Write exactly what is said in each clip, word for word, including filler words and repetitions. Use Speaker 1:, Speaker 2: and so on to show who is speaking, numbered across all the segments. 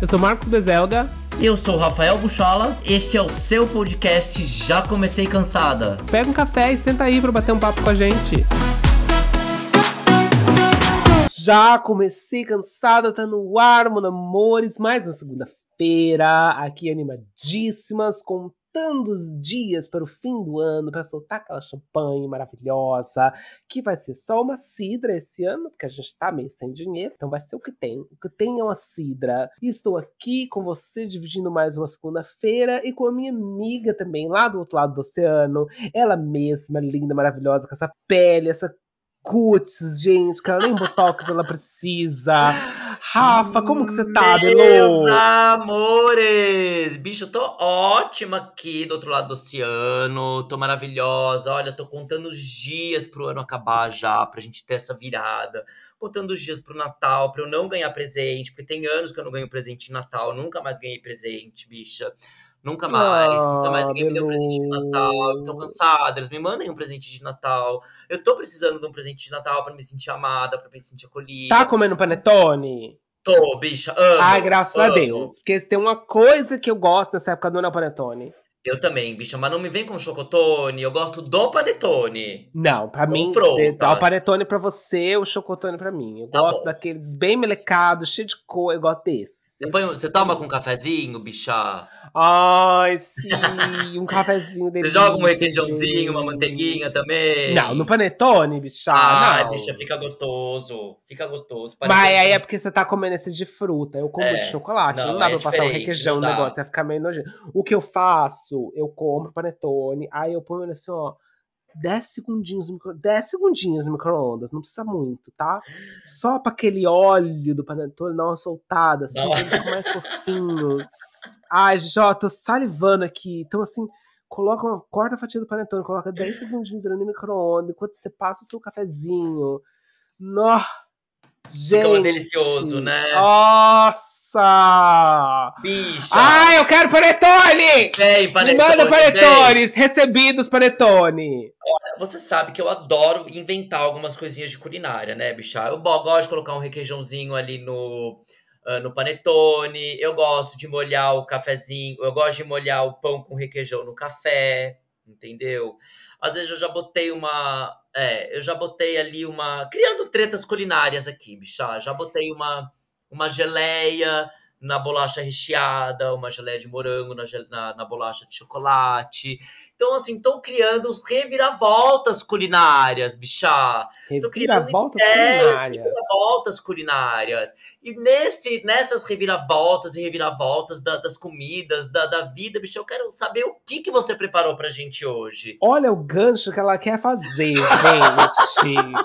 Speaker 1: Eu sou Marcos Bezelga.
Speaker 2: Eu sou o Rafael Buchola. Este é o seu podcast Já Comecei Cansada.
Speaker 1: Pega um café e senta aí pra bater um papo com a gente. Já Comecei Cansada, tá no ar, mon amores. Mais uma segunda-feira, aqui animadíssimas, contando os dias para o fim do ano, para soltar aquela champanhe maravilhosa, que vai ser só uma cidra esse ano, porque a gente tá meio sem dinheiro, então vai ser o que tem. O que tem é uma cidra. E estou aqui com você, dividindo mais uma segunda-feira, e com a minha amiga também, lá do outro lado do oceano, ela mesma, linda, maravilhosa, com essa pele, essa cutis, gente, que ela nem botox ela precisa. Rafa, como que você tá, Belo?
Speaker 2: Meus amores! Bicho, eu tô ótima aqui do outro lado do oceano. Tô maravilhosa. Olha, tô contando os dias pro ano acabar já, pra gente ter essa virada. Contando os dias pro Natal, pra eu não ganhar presente, porque tem anos que eu não ganho presente de Natal. Nunca mais ganhei presente, bicha. Nunca mais,
Speaker 1: Ah,
Speaker 2: nunca mais ninguém me deu
Speaker 1: Belo.
Speaker 2: presente de Natal. Eu tô cansada, eles me mandem um presente de Natal. Eu tô precisando de um presente de Natal pra me sentir amada, pra me sentir acolhida.
Speaker 1: Tá comendo panetone?
Speaker 2: Tô, bicha, amo.
Speaker 1: Ai, graças
Speaker 2: amo.
Speaker 1: a Deus. Porque se tem uma coisa que eu gosto nessa época do ano é o panetone.
Speaker 2: Eu também, bicha, mas não me vem com chocotone. Eu gosto do panetone.
Speaker 1: Não, pra
Speaker 2: Com
Speaker 1: mim, dá o
Speaker 2: frutas.
Speaker 1: panetone pra você, o chocotone pra mim. Eu
Speaker 2: Tá
Speaker 1: gosto
Speaker 2: bom.
Speaker 1: daqueles bem melecados, cheio de cor, eu gosto desse.
Speaker 2: Você,
Speaker 1: Esse
Speaker 2: põe, um-
Speaker 1: fica
Speaker 2: você
Speaker 1: pra
Speaker 2: toma
Speaker 1: mim.
Speaker 2: com cafezinho, bicha?
Speaker 1: Ai, sim, um cafezinho
Speaker 2: Você joga um
Speaker 1: delícia,
Speaker 2: requeijãozinho, uma manteiguinha
Speaker 1: gente. Não, no
Speaker 2: também?
Speaker 1: panetone, bicha,
Speaker 2: Ai, bicha,
Speaker 1: não.
Speaker 2: fica gostoso. Fica gostoso.
Speaker 1: Mas
Speaker 2: Panetone
Speaker 1: aí é
Speaker 2: também.
Speaker 1: porque você tá comendo esse de fruta. Eu como de
Speaker 2: É.
Speaker 1: chocolate. Não
Speaker 2: Não,
Speaker 1: dá
Speaker 2: aí
Speaker 1: pra
Speaker 2: é
Speaker 1: eu passar um
Speaker 2: diferente.
Speaker 1: requeijão
Speaker 2: Não
Speaker 1: no
Speaker 2: dá.
Speaker 1: negócio, ia ficar meio nojento. O que eu faço, eu compro panetone, aí eu ponho ele assim, ó, dez segundinhos no micro... dez segundinhos no micro-ondas, não precisa muito, tá? Só pra aquele óleo do panetone dar uma soltada,
Speaker 2: Dá
Speaker 1: assim,
Speaker 2: uma-
Speaker 1: pra ele ficar mais fofinho. Ai, gente, ó, tô salivando aqui. Então, assim, coloca uma, corta a fatia do panetone, coloca dez segundinhos ali no micro-ondas, enquanto você passa o seu cafezinho. Nó,
Speaker 2: Fica uma delicioso,
Speaker 1: gente!
Speaker 2: né?
Speaker 1: Nossa!
Speaker 2: Bicha,
Speaker 1: Ai, eu quero panetone!
Speaker 2: vem,
Speaker 1: Me manda
Speaker 2: panetone, vem.
Speaker 1: panetones! Recebidos panetone!
Speaker 2: Você sabe que eu adoro inventar algumas coisinhas de culinária, né, bicha? Eu bo- gosto de colocar um requeijãozinho ali no, ah, no panetone. Eu gosto de molhar o cafezinho. Eu gosto de molhar o pão com requeijão no café, entendeu? Às vezes eu já botei uma. É, eu já botei ali uma. Criando tretas culinárias aqui, bicha. Já botei uma, uma geleia na bolacha recheada, uma geleia de morango na, gel- na, na bolacha de chocolate. Então, assim, tô criando os reviravoltas culinárias, bichá. Tô criando
Speaker 1: Reviravoltas
Speaker 2: ideias,
Speaker 1: culinárias.
Speaker 2: reviravoltas culinárias. E nesse, nessas reviravoltas e reviravoltas da- das comidas, da, da vida, bichá, eu quero saber o que, que você preparou pra gente hoje.
Speaker 1: Olha o gancho que ela quer fazer, gente.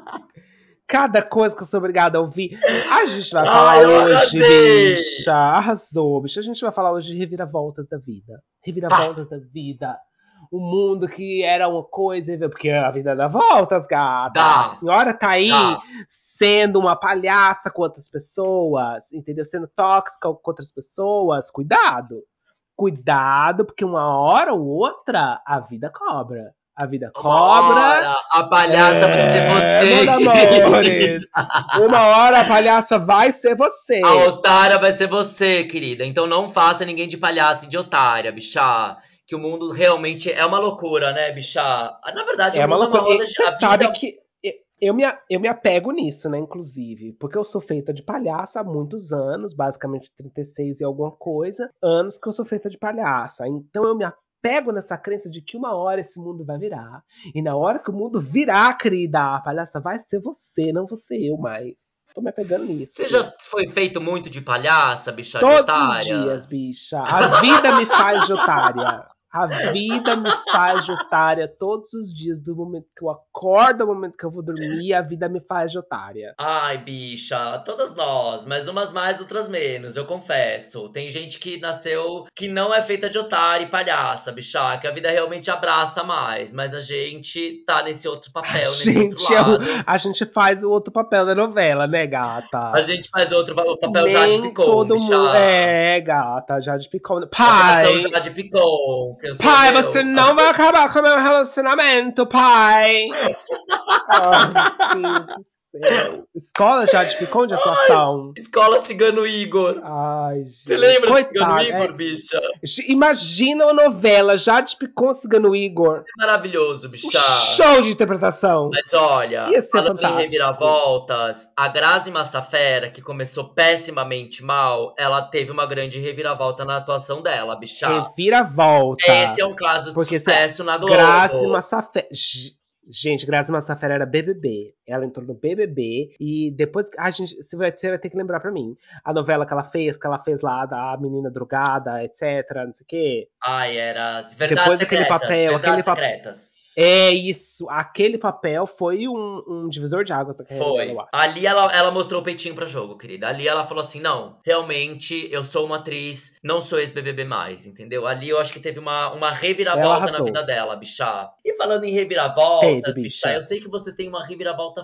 Speaker 1: Cada coisa que eu sou obrigada a ouvir. A gente vai falar
Speaker 2: Ai, eu
Speaker 1: hoje,
Speaker 2: arrasei!
Speaker 1: bicha. Arrasou, bicha. A gente vai falar hoje de reviravoltas da vida.
Speaker 2: Tá,
Speaker 1: Reviravoltas da vida. O mundo que era uma coisa, porque a vida dá voltas, gata. A
Speaker 2: dá,
Speaker 1: senhora tá aí
Speaker 2: dá.
Speaker 1: sendo uma palhaça com outras pessoas, entendeu? Sendo tóxica com outras pessoas. Cuidado. Cuidado, porque uma hora ou outra a vida cobra. A vida
Speaker 2: Uma
Speaker 1: cobra.
Speaker 2: hora a palhaça vai ser
Speaker 1: É, meus
Speaker 2: você,
Speaker 1: amores.
Speaker 2: querida.
Speaker 1: Uma hora a palhaça vai ser
Speaker 2: A
Speaker 1: você.
Speaker 2: otária vai ser você, querida. Então não faça ninguém de palhaço e de otária, bichá. Que o mundo realmente é uma loucura, né, bichá? Ah, na verdade, o
Speaker 1: É uma
Speaker 2: mundo é uma
Speaker 1: loucura.
Speaker 2: roda
Speaker 1: E
Speaker 2: de.
Speaker 1: você
Speaker 2: A vida.
Speaker 1: sabe que eu me, eu me apego nisso, né, inclusive. Porque eu sou feita de palhaça há muitos anos, basicamente trinta e seis e alguma coisa, anos que eu sou feita de palhaça. Então eu me apego nessa crença de que uma hora esse mundo vai virar. E na hora que o mundo virar, querida, a palhaça vai ser você, não você eu mais. Tô me apegando
Speaker 2: Você
Speaker 1: nisso.
Speaker 2: já foi feito muito de palhaça, bichá de
Speaker 1: Todos os dias,
Speaker 2: otária?
Speaker 1: bicha. A vida me faz de otária. A vida me faz de otária todos os dias, do momento que eu acordo ao momento que eu vou dormir, a vida me faz de otária.
Speaker 2: Ai, bicha, todas nós, mas umas mais, outras menos, eu confesso. Tem gente que nasceu que não é feita de otária e palhaça, bicha, que a vida realmente abraça mais, mas a gente tá nesse outro
Speaker 1: A
Speaker 2: papel, nesse outro
Speaker 1: gente, é o-
Speaker 2: lado.
Speaker 1: a gente faz o outro papel da novela, né,
Speaker 2: A
Speaker 1: gata?
Speaker 2: gente faz outro pa- o papel já de
Speaker 1: Nem
Speaker 2: Picon,
Speaker 1: todo
Speaker 2: bicha.
Speaker 1: mundo. É, gata, já de picão.
Speaker 2: A versão
Speaker 1: Pai!
Speaker 2: já de Picon, que eu sou
Speaker 1: Pai, você
Speaker 2: meu.
Speaker 1: não vai acabar com o meu relacionamento, pai! Ai, Deus do céu. Escola Jade Picon de atuação.
Speaker 2: Ai, escola Cigano Igor.
Speaker 1: Ai, gente.
Speaker 2: Você lembra
Speaker 1: Coitado,
Speaker 2: do Cigano Igor,
Speaker 1: é...
Speaker 2: bicha?
Speaker 1: Imagina uma novela Jade Picon Cigano Igor.
Speaker 2: É maravilhoso, bicha.
Speaker 1: Um show de interpretação.
Speaker 2: Mas olha,
Speaker 1: Ia ser
Speaker 2: falando em
Speaker 1: fantástico.
Speaker 2: reviravoltas, a Grazi Massafera, que começou pessimamente mal, ela teve uma grande reviravolta na atuação dela, bicha.
Speaker 1: Reviravolta.
Speaker 2: Esse é um caso de
Speaker 1: Porque
Speaker 2: sucesso na Globo.
Speaker 1: Grazi Massafera. Gente, Grazi Massafera era B B B. Ela entrou no B B B e depois. Ah, gente, você vai, você vai ter que lembrar pra mim. A novela que ela fez, que ela fez lá da menina drogada, etc. Não sei o quê.
Speaker 2: Ai, era Verdades
Speaker 1: Depois
Speaker 2: Secretas.
Speaker 1: aquele papel,
Speaker 2: Verdades
Speaker 1: aquele papel.
Speaker 2: Secretas.
Speaker 1: É isso, aquele papel foi um, um divisor de águas da carreira dela, eu
Speaker 2: Foi.
Speaker 1: acho.
Speaker 2: Ali ela, ela mostrou o peitinho pra jogo, querida. Ali ela falou assim: não, realmente eu sou uma atriz, não sou ex-B B B mais, entendeu? Ali eu acho que teve uma, uma
Speaker 1: Ela
Speaker 2: reviravolta na
Speaker 1: arrasou.
Speaker 2: vida dela, bicha. E falando em
Speaker 1: Teve,
Speaker 2: reviravoltas, bicha,
Speaker 1: bicha.
Speaker 2: eu sei que você tem uma reviravolta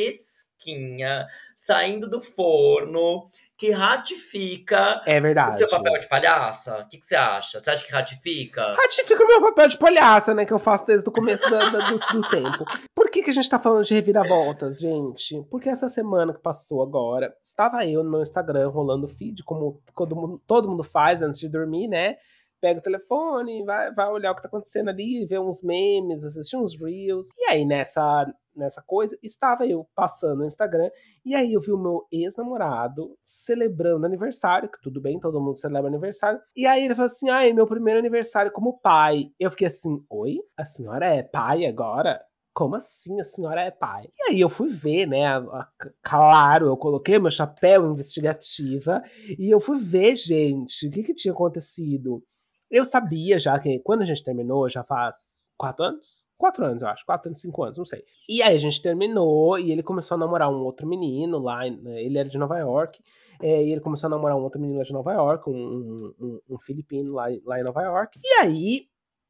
Speaker 2: fresquinha, saindo do forno, que ratifica
Speaker 1: É
Speaker 2: o
Speaker 1: verdade.
Speaker 2: seu papel de palhaça. O que, que você acha? Você acha que ratifica?
Speaker 1: Ratifica o meu papel de palhaça, né? Que eu faço desde o começo da- da- do, do tempo. Por que, que a gente tá falando de reviravoltas, gente? Porque essa semana que passou agora, estava eu no meu Instagram rolando feed, como todo mundo, todo mundo faz antes de dormir, né? Pega o telefone, vai, vai olhar o que tá acontecendo ali, ver uns memes, assistir uns reels. E aí, nessa, nessa coisa, estava eu passando no Instagram, e aí eu vi o meu ex-namorado celebrando aniversário, que tudo bem, todo mundo celebra aniversário. E aí ele falou assim, ai, meu primeiro aniversário como pai. Eu fiquei assim, oi? A senhora é pai agora? Como assim a senhora é pai? E aí eu fui ver, né? a- a- claro, eu coloquei meu chapéu investigativa e eu fui ver, gente, o que, que tinha acontecido. Eu sabia já que quando a gente terminou, já faz quatro anos? Quatro anos, eu acho. Quatro anos, cinco anos, não sei. E aí a gente terminou e ele começou a namorar um outro menino lá. Né, ele era de Nova York. É, e ele começou a namorar um outro menino lá de Nova York, um, um, um, um filipino lá, lá em Nova York. E aí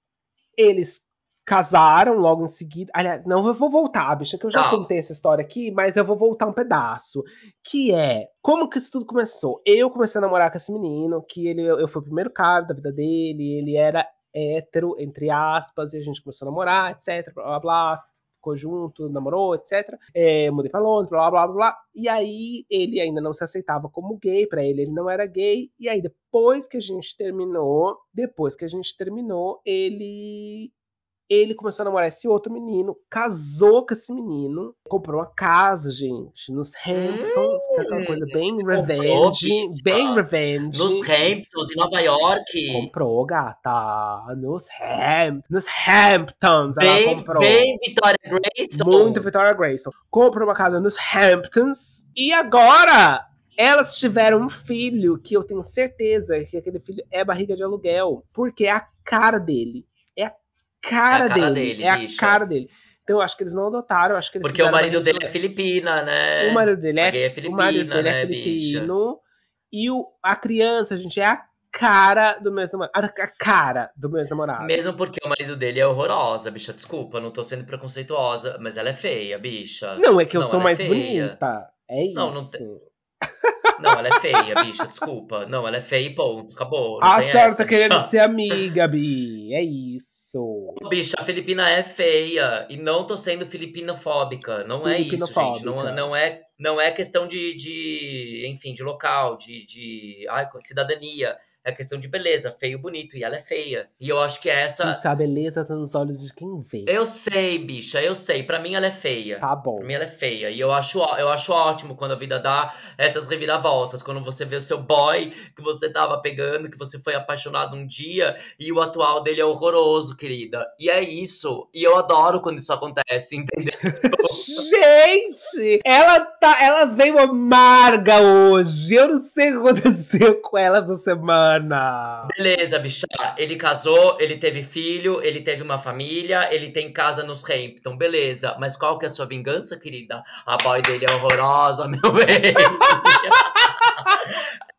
Speaker 1: eles casaram logo em seguida. Aliás, não, eu vou voltar, bicha, que eu já
Speaker 2: Tá.
Speaker 1: contei essa história aqui, mas eu vou voltar um pedaço. Que é, como que isso tudo começou? Eu comecei a namorar com esse menino, que ele, eu fui o primeiro cara da vida dele, ele era hétero, entre aspas, e a gente começou a namorar, etc, blá blá blá. Ficou junto, namorou, etcétera. É, mudei pra Londres, blá blá blá blá. E aí ele ainda não se aceitava como gay, pra ele ele não era gay. E aí depois que a gente terminou, depois que a gente terminou, ele ele começou a namorar esse outro menino, casou com esse menino, comprou uma casa, gente, nos Hamptons, que é aquela coisa
Speaker 2: Hum,
Speaker 1: bem
Speaker 2: comprou,
Speaker 1: revenge, bem
Speaker 2: bicha.
Speaker 1: revenge.
Speaker 2: Nos Hamptons, em Nova York.
Speaker 1: Comprou, gata, nos, Ham, nos Hamptons, ela
Speaker 2: Bem,
Speaker 1: comprou.
Speaker 2: bem Victoria
Speaker 1: Muito
Speaker 2: Grayson.
Speaker 1: Victoria Grayson. Comprou uma casa nos Hamptons e agora elas tiveram um filho que eu tenho certeza que aquele filho é barriga de aluguel, porque é a cara dele. É a
Speaker 2: É a
Speaker 1: cara
Speaker 2: cara
Speaker 1: dele,
Speaker 2: dele,
Speaker 1: é a
Speaker 2: bicha.
Speaker 1: cara dele. Então eu acho que eles não adotaram, eu acho que eles
Speaker 2: Porque o
Speaker 1: fizeram
Speaker 2: marido
Speaker 1: barriga de
Speaker 2: dele é
Speaker 1: aluguel.
Speaker 2: filipina,
Speaker 1: O
Speaker 2: né?
Speaker 1: marido dele
Speaker 2: A
Speaker 1: é,
Speaker 2: gay é
Speaker 1: o marido
Speaker 2: filipina,
Speaker 1: dele é
Speaker 2: né, bicha?
Speaker 1: filipino e o, a criança, gente, é a cara do meu ex-namorado. A cara do meu ex-namorado.
Speaker 2: Mesmo porque o marido dele é horrorosa, bicha. Desculpa, não tô sendo preconceituosa, mas ela é feia, bicha.
Speaker 1: Não, é que eu
Speaker 2: Não,
Speaker 1: sou
Speaker 2: ela é
Speaker 1: mais
Speaker 2: feia.
Speaker 1: bonita. É
Speaker 2: Não, não, te-
Speaker 1: isso.
Speaker 2: não, ela é feia, bicha. Desculpa. Não, ela é feia e ponto. Acabou. Não
Speaker 1: A
Speaker 2: tem
Speaker 1: senhora tá
Speaker 2: essa,
Speaker 1: querendo
Speaker 2: bicha.
Speaker 1: ser amiga, Bi. É isso.
Speaker 2: Bicha, a Filipina é feia e não tô sendo filipinofóbica. Não é isso, gente. Não,
Speaker 1: Filipinofóbica.
Speaker 2: não é, não é questão de, de, enfim, de local, de, de ai, cidadania. É questão de beleza, feio, bonito. E ela é feia. E eu acho que é essa.
Speaker 1: Bicha, a beleza tá nos olhos de quem vê.
Speaker 2: Eu sei, bicha, eu sei. Pra mim ela é feia.
Speaker 1: Tá
Speaker 2: Pra mim
Speaker 1: bom.
Speaker 2: ela é feia. E eu acho, ó- eu acho ótimo quando a vida dá essas reviravoltas. Quando você vê o seu boy que você tava pegando, que você foi apaixonado um dia e o atual dele é horroroso, querida. E é isso. E eu adoro quando isso acontece, entendeu?
Speaker 1: Gente, ela tá, ela veio amarga hoje. Eu não sei o que aconteceu com ela essa semana.
Speaker 2: Beleza, bicha. Ele casou, ele teve filho, ele teve uma família, ele tem casa nos Hampton, beleza. Mas qual que é a sua vingança, querida? A boy dele é horrorosa, meu bem.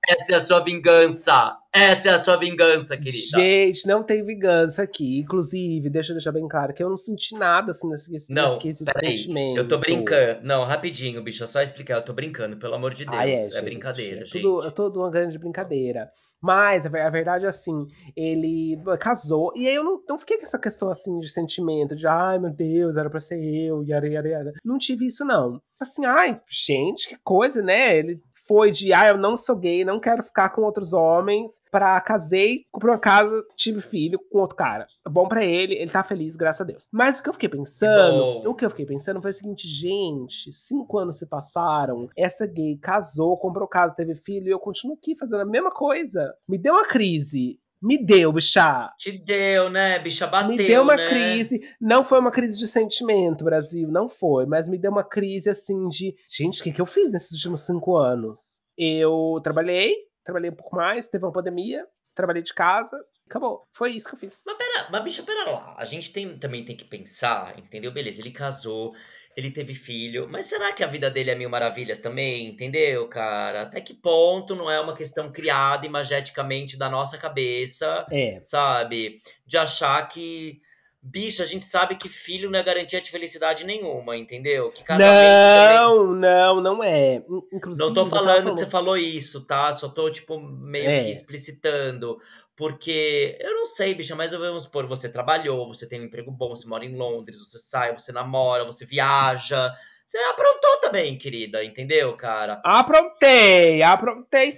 Speaker 2: Essa é a sua vingança. Essa é a sua vingança, querida.
Speaker 1: Gente, não tem vingança aqui. Inclusive, deixa eu deixar bem claro que eu não senti nada assim nesse, nesse
Speaker 2: Não,
Speaker 1: quesito de
Speaker 2: peraí. Eu tô
Speaker 1: sentimento.
Speaker 2: brincando. Não, rapidinho, bicho. É só explicar. Eu tô brincando, pelo amor de
Speaker 1: Ai, é,
Speaker 2: Deus. É
Speaker 1: gente. É
Speaker 2: brincadeira,
Speaker 1: tudo, é
Speaker 2: gente.
Speaker 1: tudo uma grande brincadeira. Mas a ver- a verdade é assim, ele casou, e aí eu não, não fiquei com essa questão assim de sentimento, de ai meu Deus, era pra ser eu, yara, yara, yara. Não tive isso, não. Assim, ai, gente, que coisa, né? Ele foi de, ah, eu não sou gay, não quero ficar com outros homens, pra casei, comprei uma casa, tive filho com outro cara. Bom pra ele, ele tá feliz, graças a Deus. Mas o que eu fiquei
Speaker 2: Que
Speaker 1: pensando, o
Speaker 2: bom.
Speaker 1: que eu fiquei pensando foi o seguinte, gente, cinco anos se passaram, essa gay casou, comprou casa, teve filho, e eu continuo aqui fazendo a mesma coisa. Me deu uma crise. Me deu, bichá.
Speaker 2: Te deu, né, bicha?
Speaker 1: Me deu
Speaker 2: Bateu,
Speaker 1: uma
Speaker 2: né?
Speaker 1: crise. Não foi uma crise de sentimento, Brasil. Não foi. Mas me deu uma crise assim de. Gente, o que, que eu fiz nesses últimos cinco anos? Eu trabalhei, trabalhei um pouco mais, teve uma pandemia, trabalhei de casa, acabou. Foi isso que eu fiz.
Speaker 2: Mas pera, mas bicha, pera lá. A gente tem, também tem que pensar, entendeu? Beleza, ele casou, ele teve filho, mas será que a vida dele é mil maravilhas também, entendeu, cara? Até que ponto não é uma questão criada imageticamente da nossa cabeça,
Speaker 1: É.
Speaker 2: sabe? De achar que, bicha, a gente sabe que filho não é garantia de felicidade nenhuma, entendeu? Que casamento também.
Speaker 1: Não, não, não é.
Speaker 2: Não tô
Speaker 1: Inclusive, eu tava
Speaker 2: falando que você
Speaker 1: falando.
Speaker 2: falou isso, tá? Só tô, tipo, meio que
Speaker 1: É.
Speaker 2: explicitando. Porque eu não sei, bicha, mas vamos supor, você trabalhou, você tem um emprego bom, você mora em Londres, você sai, você namora, você viaja. Você aprontou também, querida, entendeu, cara?
Speaker 1: Aprontei, aprontei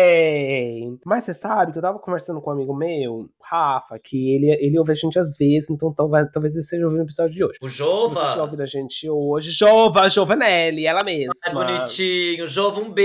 Speaker 1: sim. Mas você sabe que eu tava conversando com um amigo meu, Rafa, que ele, ele ouve a gente às vezes, então talvez, talvez ele esteja ouvindo o episódio de hoje.
Speaker 2: O
Speaker 1: Se você estiver
Speaker 2: Jova.
Speaker 1: ouvindo a gente hoje, Jova, Jovanelli, ela
Speaker 2: Ai,
Speaker 1: mesma.
Speaker 2: bonitinho. Jova, um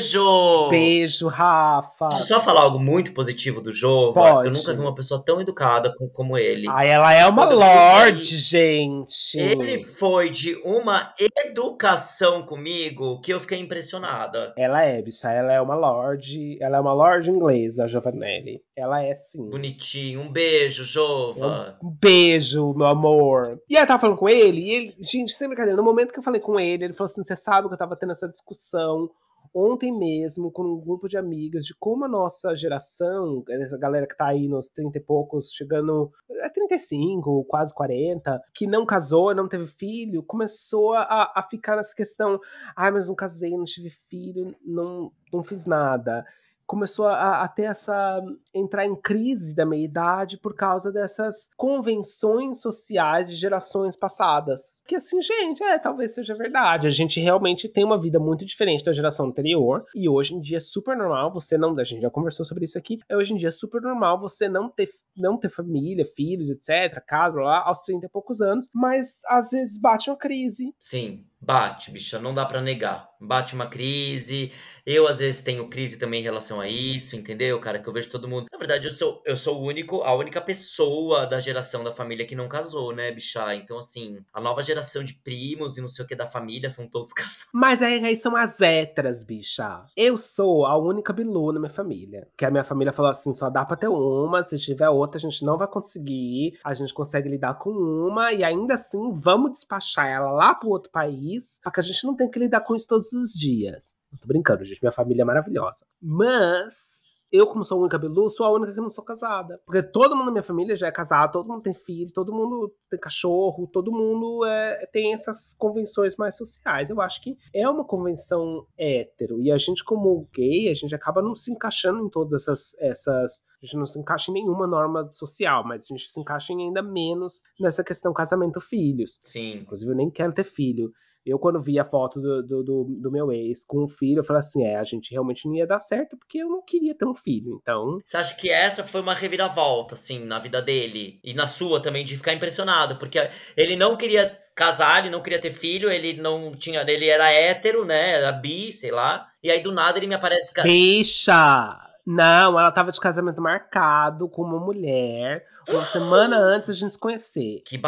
Speaker 2: beijo.
Speaker 1: Beijo,
Speaker 2: Deixa eu
Speaker 1: Rafa.
Speaker 2: só falar algo muito positivo do Jova. Eu nunca vi
Speaker 1: Pode.
Speaker 2: uma pessoa tão educada com- como ele.
Speaker 1: Ah, ela é uma
Speaker 2: Quando eu fui
Speaker 1: lorde,
Speaker 2: sair,
Speaker 1: gente.
Speaker 2: ele foi de uma educação comigo que eu fiquei impressionada.
Speaker 1: Ela é, bicha, ela é uma lorde, ela é uma lorde inglesa, a Jovanelli. Ela é sim.
Speaker 2: Bonitinho. Um beijo,
Speaker 1: É um
Speaker 2: Jova.
Speaker 1: beijo, meu amor. E aí eu tava falando com ele, e ele, gente, sem brincadeira, no momento que eu falei com ele, ele falou assim: você sabe que eu tava tendo essa discussão ontem mesmo com um grupo de amigas de como a nossa geração, essa galera que tá aí nos trinta e poucos, chegando a trinta e cinco, quase quarenta, que não casou, não teve filho, começou a, a ficar nessa questão: ai, ah, mas não casei, não tive filho, não, não fiz nada. Começou a, a ter essa entrar em crise da meia-idade por causa dessas convenções sociais de gerações passadas. Que assim, gente, é, talvez seja verdade. A gente realmente tem uma vida muito diferente da geração anterior e hoje em dia é super normal você não, a gente já conversou sobre isso aqui, é hoje em dia é super normal você não ter não ter família, filhos, etc, casa lá aos trinta e poucos anos, mas às vezes bate uma crise.
Speaker 2: Sim, bate, bicha, não dá pra negar. Bate uma crise. Eu às vezes tenho crise também em relação a isso, entendeu, cara? Que eu vejo todo mundo. Na verdade, eu sou eu sou o único, a única pessoa da geração da família que não casou, né, bicha? Então assim, a nova geração de primos e não sei o que da família são todos casados.
Speaker 1: Mas aí, aí são as héteras, bicha. Eu sou a única bilu na minha família. Que a minha família falou assim: só dá pra ter uma, se tiver outra, a gente não vai conseguir. A gente consegue lidar com uma, e ainda assim vamos despachar ela lá pro outro país, pra que a gente não tenha que lidar com isso todos os dias. Eu tô brincando, gente. Minha família é maravilhosa. Mas eu, como sou a única Bilu, sou a única que não sou casada. Porque todo mundo na minha família já é casado, todo mundo tem filho, todo mundo tem cachorro, todo mundo é, tem essas convenções mais sociais. Eu acho que é uma convenção hétero. E a gente, como gay, a gente acaba não se encaixando em todas essas. essas a gente não se encaixa em nenhuma norma social, mas a gente se encaixa em ainda menos nessa questão casamento-filhos.
Speaker 2: Sim.
Speaker 1: Inclusive, eu nem quero ter filho. Eu, quando vi a foto do, do, do, do meu ex com um filho, eu falei assim: é, a gente realmente não ia dar certo porque eu não queria ter um filho. Então,
Speaker 2: Você acha que essa foi uma reviravolta, assim, na vida dele? E na sua também, de ficar impressionado? Porque ele não queria casar, ele não queria ter filho, ele não tinha. Ele era hétero, né? Era bi, sei lá. E aí do nada ele me aparece. ca-
Speaker 1: bicha! Não, ela tava de casamento marcado com uma mulher uma semana antes da gente se conhecer.
Speaker 2: Que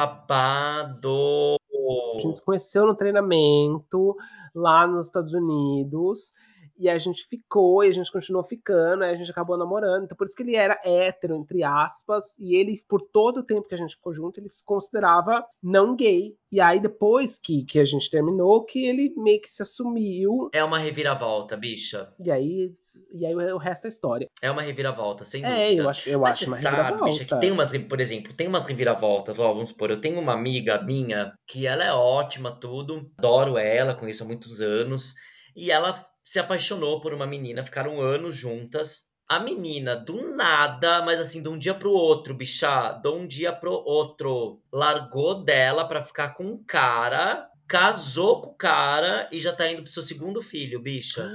Speaker 2: babado!
Speaker 1: A gente se conheceu no treinamento lá nos Estados Unidos. E a gente ficou, e a gente continuou ficando, aí a gente acabou namorando. Então por isso que ele era hétero, entre aspas. E ele, por todo o tempo que a gente ficou junto, ele se considerava não gay. E aí depois que, que a gente terminou, que ele meio que se assumiu.
Speaker 2: É uma reviravolta, bicha.
Speaker 1: E aí, e aí o resto é história.
Speaker 2: É uma reviravolta, sem
Speaker 1: É, eu
Speaker 2: dúvida.
Speaker 1: acho, eu
Speaker 2: Mas você
Speaker 1: acho uma
Speaker 2: sabe, bicha, que tem
Speaker 1: reviravolta.
Speaker 2: umas, por exemplo, tem umas reviravoltas, ó, vamos supor, eu tenho uma amiga minha que ela é ótima, tudo, adoro ela, conheço há muitos anos, e ela se apaixonou por uma menina, ficaram anos juntas. A menina, do nada, mas assim, de um dia pro outro, bicha, de um dia pro outro, largou dela pra ficar com um cara, casou com o cara e já tá indo pro seu segundo filho, bicha.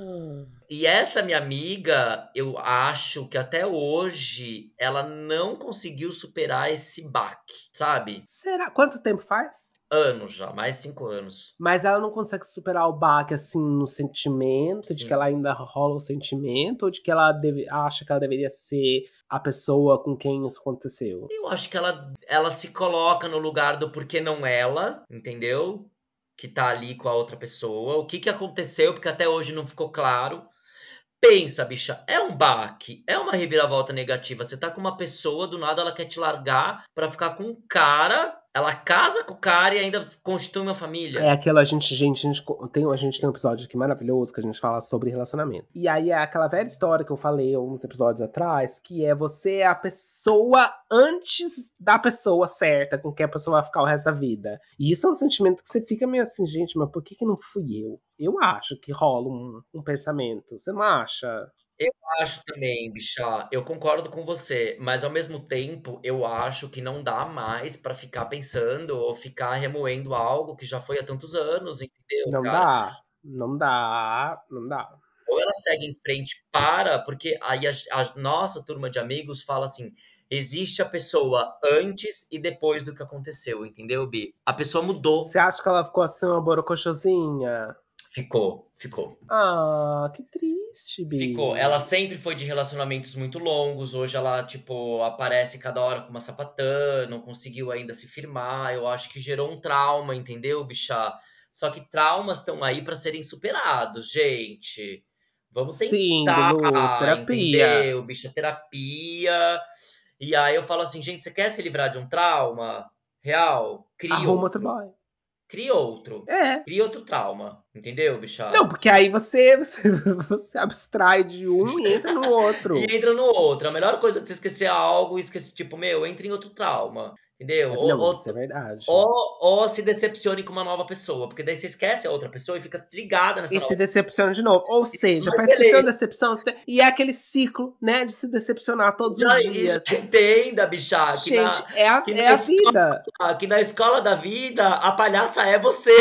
Speaker 2: E essa minha amiga, eu acho que até hoje ela não conseguiu superar esse baque, sabe?
Speaker 1: Será? Quanto tempo faz?
Speaker 2: Anos já, mais cinco anos.
Speaker 1: Mas ela não consegue superar o baque, assim, no sentimento, de que ela
Speaker 2: Sim.
Speaker 1: ainda rola o sentimento, ou de que ela deve, acha que ela deveria ser a pessoa com quem isso aconteceu?
Speaker 2: Eu acho que ela, ela se coloca no lugar do porquê não ela, entendeu? Que tá ali com a outra pessoa. O que que aconteceu, porque até hoje não ficou claro. Pensa, bicha, é um baque, é uma reviravolta negativa. Você tá com uma pessoa, do nada ela quer te largar pra ficar com um cara, ela casa com o cara e ainda constitui uma
Speaker 1: É
Speaker 2: família.
Speaker 1: aquela gente, gente, a gente tem, a gente tem um episódio aqui maravilhoso que a gente fala sobre relacionamento. E aí é aquela velha história que eu falei uns episódios atrás, que é você é a pessoa antes da pessoa certa com quem a pessoa vai ficar o resto da vida. E isso é um sentimento que você fica meio assim, gente, mas por que que não fui eu? Eu acho que rola um, um pensamento. Você não acha?
Speaker 2: Eu acho também, bicha, eu concordo com você, mas ao mesmo tempo eu acho que não dá mais pra ficar pensando ou ficar remoendo algo que já foi há tantos anos, entendeu,
Speaker 1: Não
Speaker 2: cara?
Speaker 1: dá. Não dá. Não dá.
Speaker 2: Ou ela segue em frente, para, porque aí a, a nossa turma de amigos fala assim: existe a pessoa antes e depois do que aconteceu, entendeu, Bi? A pessoa
Speaker 1: Você
Speaker 2: mudou,
Speaker 1: acha que ela ficou assim, uma borocochosinha?
Speaker 2: ficou, ficou.
Speaker 1: Ah, que triste,
Speaker 2: Ficou. Ela
Speaker 1: Bi.
Speaker 2: sempre foi de relacionamentos muito longos. Hoje ela, tipo, aparece cada hora com uma sapatã, não conseguiu ainda se firmar. Eu acho que gerou um trauma, entendeu, bicha? Só que traumas estão aí para serem superados, gente. Vamos
Speaker 1: Sim, Biluz,
Speaker 2: tentar,
Speaker 1: terapia.
Speaker 2: entendeu? Bicha, terapia. E aí eu falo assim, gente, você quer se livrar de um trauma real? Crie
Speaker 1: Arruma outro
Speaker 2: outro.
Speaker 1: boy.
Speaker 2: Crie outro.
Speaker 1: É.
Speaker 2: Crie outro trauma, entendeu,
Speaker 1: Não,
Speaker 2: bicha?
Speaker 1: porque aí você, você, você abstrai de um e entra no
Speaker 2: E
Speaker 1: outro.
Speaker 2: entra no outro. A melhor coisa de você esquecer algo e esquecer, tipo, meu, entra em outro trauma. Entendeu?
Speaker 1: É,
Speaker 2: Ou,
Speaker 1: não,
Speaker 2: ou,
Speaker 1: isso é verdade.
Speaker 2: ou, ou se decepcione com uma nova pessoa. Porque daí você esquece a outra pessoa e fica ligada nessa
Speaker 1: E se
Speaker 2: nova.
Speaker 1: decepciona de novo. Ou seja,
Speaker 2: Mas
Speaker 1: pra esquecer uma
Speaker 2: beleza.
Speaker 1: decepção, você tem- e é aquele ciclo, né, de se decepcionar todos os
Speaker 2: Já, e já
Speaker 1: dias.
Speaker 2: entenda, bicha, que na,
Speaker 1: Gente, é a,
Speaker 2: que
Speaker 1: é
Speaker 2: na
Speaker 1: a vida.
Speaker 2: escola, que na escola da vida, a palhaça é você.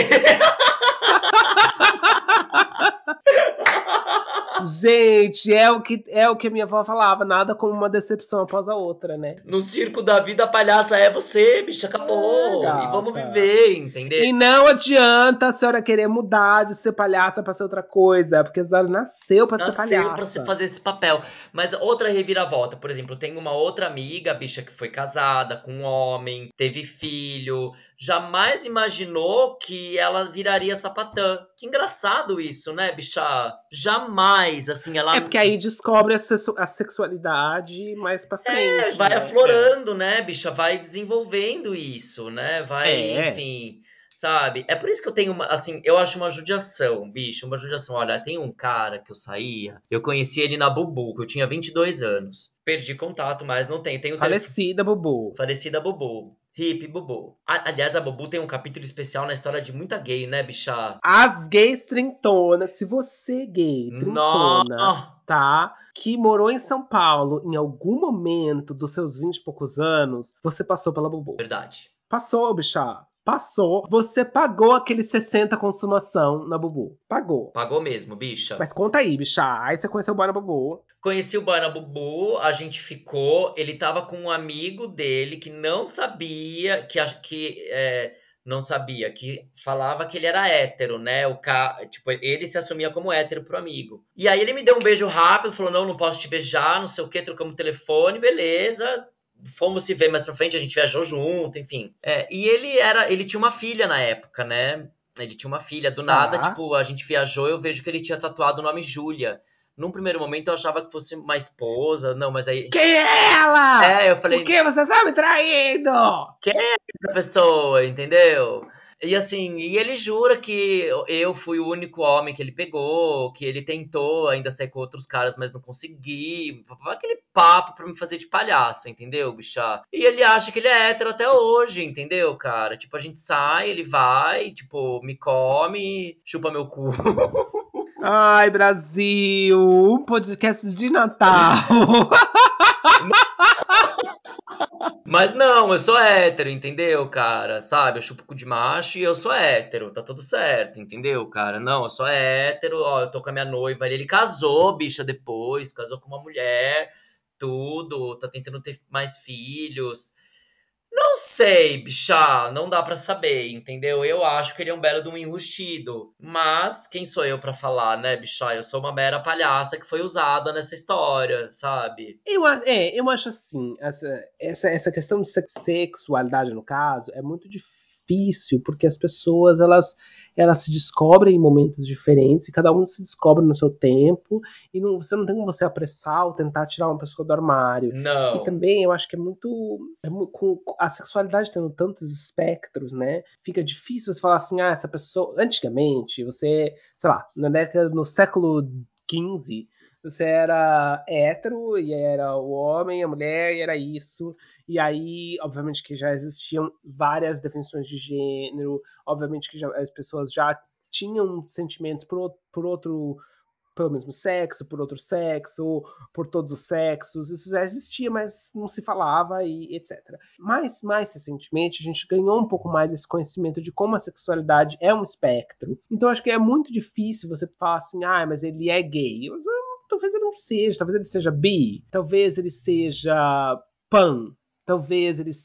Speaker 1: Gente, é o que é o que a minha avó falava, nada como uma decepção após a outra, né?
Speaker 2: No circo da vida, a palhaça é você, bicha,
Speaker 1: É,
Speaker 2: acabou. E vamos
Speaker 1: gata.
Speaker 2: viver, entendeu?
Speaker 1: E não adianta a senhora querer mudar de ser palhaça pra ser outra coisa, porque a senhora nasceu pra ser
Speaker 2: Nasceu pra se
Speaker 1: palhaça.
Speaker 2: fazer esse papel. Mas outra reviravolta, por exemplo, eu tenho uma outra amiga, bicha, que foi casada com um homem, teve filho, jamais imaginou que ela viraria sapatã. Que engraçado isso, né, bicha? Jamais, assim,
Speaker 1: É
Speaker 2: ela
Speaker 1: porque aí descobre a, sexu- a sexualidade mais pra
Speaker 2: é,
Speaker 1: frente,
Speaker 2: vai
Speaker 1: né? É.
Speaker 2: aflorando, né, bicha? Vai desenvolvendo isso, né? Vai,
Speaker 1: É.
Speaker 2: enfim, sabe? É por isso que eu tenho uma, assim, eu acho uma judiação, bicho, uma judiação. Olha, tem um cara que eu saía, eu conheci ele na Bubu, que eu tinha vinte e dois anos. Perdi contato, mas não tenho. Tenho o telefone.
Speaker 1: Falecida, Bubu.
Speaker 2: Falecida Bubu. Hip Bubu. A- aliás, a Bubu tem um capítulo especial na história de muita gay, né, bicha?
Speaker 1: As gays trintonas, se você é gay,
Speaker 2: Nó!
Speaker 1: trintona, tá? Que morou em São Paulo em algum momento dos seus vinte e poucos anos, você passou pela Bubu.
Speaker 2: Verdade.
Speaker 1: Passou, bicha. Passou. Você pagou aqueles sessenta consumação na Bubu. Pagou.
Speaker 2: Pagou mesmo, bicha.
Speaker 1: Mas conta aí, bicha. Aí você conheceu o boy na Bubu.
Speaker 2: Conheci o boy na Bubu, a gente ficou. Ele tava com um amigo dele que não sabia, que, ach- que é, não sabia, que falava que ele era hétero, né? O ca... Tipo, ele se assumia como hétero pro amigo. E aí ele me deu um beijo rápido, falou: não, não posso te beijar, não sei o que, trocamos telefone, beleza. Fomos se ver mais pra frente, a gente viajou junto, enfim. É, e ele era, ele tinha uma filha na época, né? Ele tinha uma filha. Do nada,
Speaker 1: Tá.
Speaker 2: tipo, a gente viajou, eu vejo que ele tinha tatuado o nome Júlia. Num primeiro momento eu achava que fosse uma esposa. Não, mas aí.
Speaker 1: Quem é ela?
Speaker 2: É, eu
Speaker 1: Por
Speaker 2: falei,
Speaker 1: que você tá me traindo?
Speaker 2: quem é essa pessoa, entendeu? E assim, e ele jura que eu fui o único homem que ele pegou, que ele tentou ainda sair com outros caras, mas não consegui. Aquele papo pra me fazer de palhaço, entendeu, bicha? E ele acha que ele é hétero até hoje, entendeu, cara? Tipo, a gente sai, ele vai, tipo, me come, chupa meu cu.
Speaker 1: Ai, Brasil, um podcast de Natal.
Speaker 2: Mas não, eu sou hétero, entendeu, cara? Sabe? Eu chupo cu de macho e eu sou hétero, tá tudo certo, entendeu, cara? Não, eu sou hétero, ó, eu tô com a minha noiva ali. Ele casou, bicha, depois, casou com uma mulher, tudo, tá tentando ter mais filhos. Não sei, bicha, não dá pra saber, entendeu? Eu acho que ele é um belo de um enrustido. Mas quem sou eu pra falar, né, bicha? Eu sou uma mera palhaça que foi usada nessa história, sabe?
Speaker 1: Eu, a- é, eu acho assim, essa, essa, essa questão de sex- sexualidade, no caso, é muito difícil, porque as pessoas, elas, elas se descobrem em momentos diferentes, e cada um se descobre no seu tempo, e não, você não tem como você apressar ou tentar tirar uma pessoa do armário. E
Speaker 2: Não.
Speaker 1: também, eu acho que é muito, é mu- com a sexualidade tendo tantos espectros, né, fica difícil você falar assim, ah, essa pessoa, antigamente, você, sei lá, na década, no século quinze, você era hétero e era o homem, a mulher e era isso. E aí, obviamente, que já existiam várias definições de gênero, obviamente que já, as pessoas já tinham sentimentos por, por outro, pelo mesmo sexo, por outro sexo, por todos os sexos. Isso já existia, mas não se falava e etcétera. Mas, mais recentemente, a gente ganhou um pouco mais esse conhecimento de como a sexualidade é um espectro. Então, acho que é muito difícil você falar assim, ah, mas ele é gay. Talvez ele não seja, talvez ele seja bi, talvez ele seja pan, talvez ele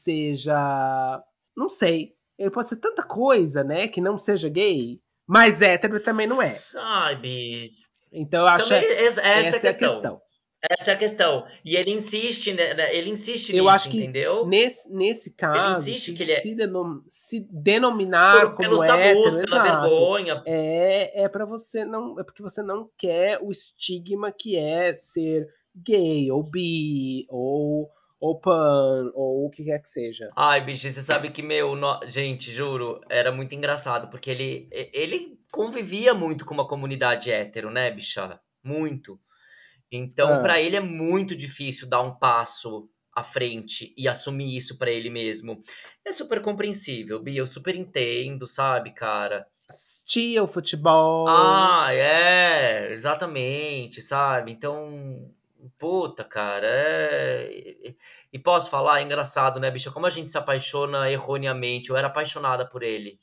Speaker 1: seja. Não sei. Ele pode ser tanta coisa, né? Que não seja gay, mas hétero também não é.
Speaker 2: Sabe?
Speaker 1: Então eu acho
Speaker 2: Também
Speaker 1: que
Speaker 2: essa é a
Speaker 1: essa é a
Speaker 2: questão.
Speaker 1: questão.
Speaker 2: Essa é a questão. E ele insiste, né, né, ele insiste
Speaker 1: Eu
Speaker 2: nisso,
Speaker 1: acho que
Speaker 2: entendeu?
Speaker 1: nesse, nesse
Speaker 2: Ele
Speaker 1: caso,
Speaker 2: insiste
Speaker 1: se,
Speaker 2: que ele é
Speaker 1: se, denom, se denominar
Speaker 2: por-
Speaker 1: como
Speaker 2: pelos tabus,
Speaker 1: hétero,
Speaker 2: pela
Speaker 1: exato,
Speaker 2: vergonha.
Speaker 1: é, é para você não. É porque você não quer o estigma que é ser gay, ou bi, ou, ou pan, ou o que quer que seja.
Speaker 2: Ai, bicho, você sabe que, meu, no- gente, juro, era muito engraçado, porque ele, e- ele convivia muito com uma comunidade hétero, né, bicha? Muito. Então, pra
Speaker 1: Ah,
Speaker 2: ele é muito difícil dar um passo à frente e assumir isso pra ele mesmo. É super compreensível, Bia, eu super entendo, sabe, cara?
Speaker 1: assistia o futebol.
Speaker 2: Ah, é, exatamente, sabe? Então, puta, cara, é... E e posso falar, é engraçado, né, bicha? Como a gente se apaixona erroneamente. Eu era apaixonada por ele.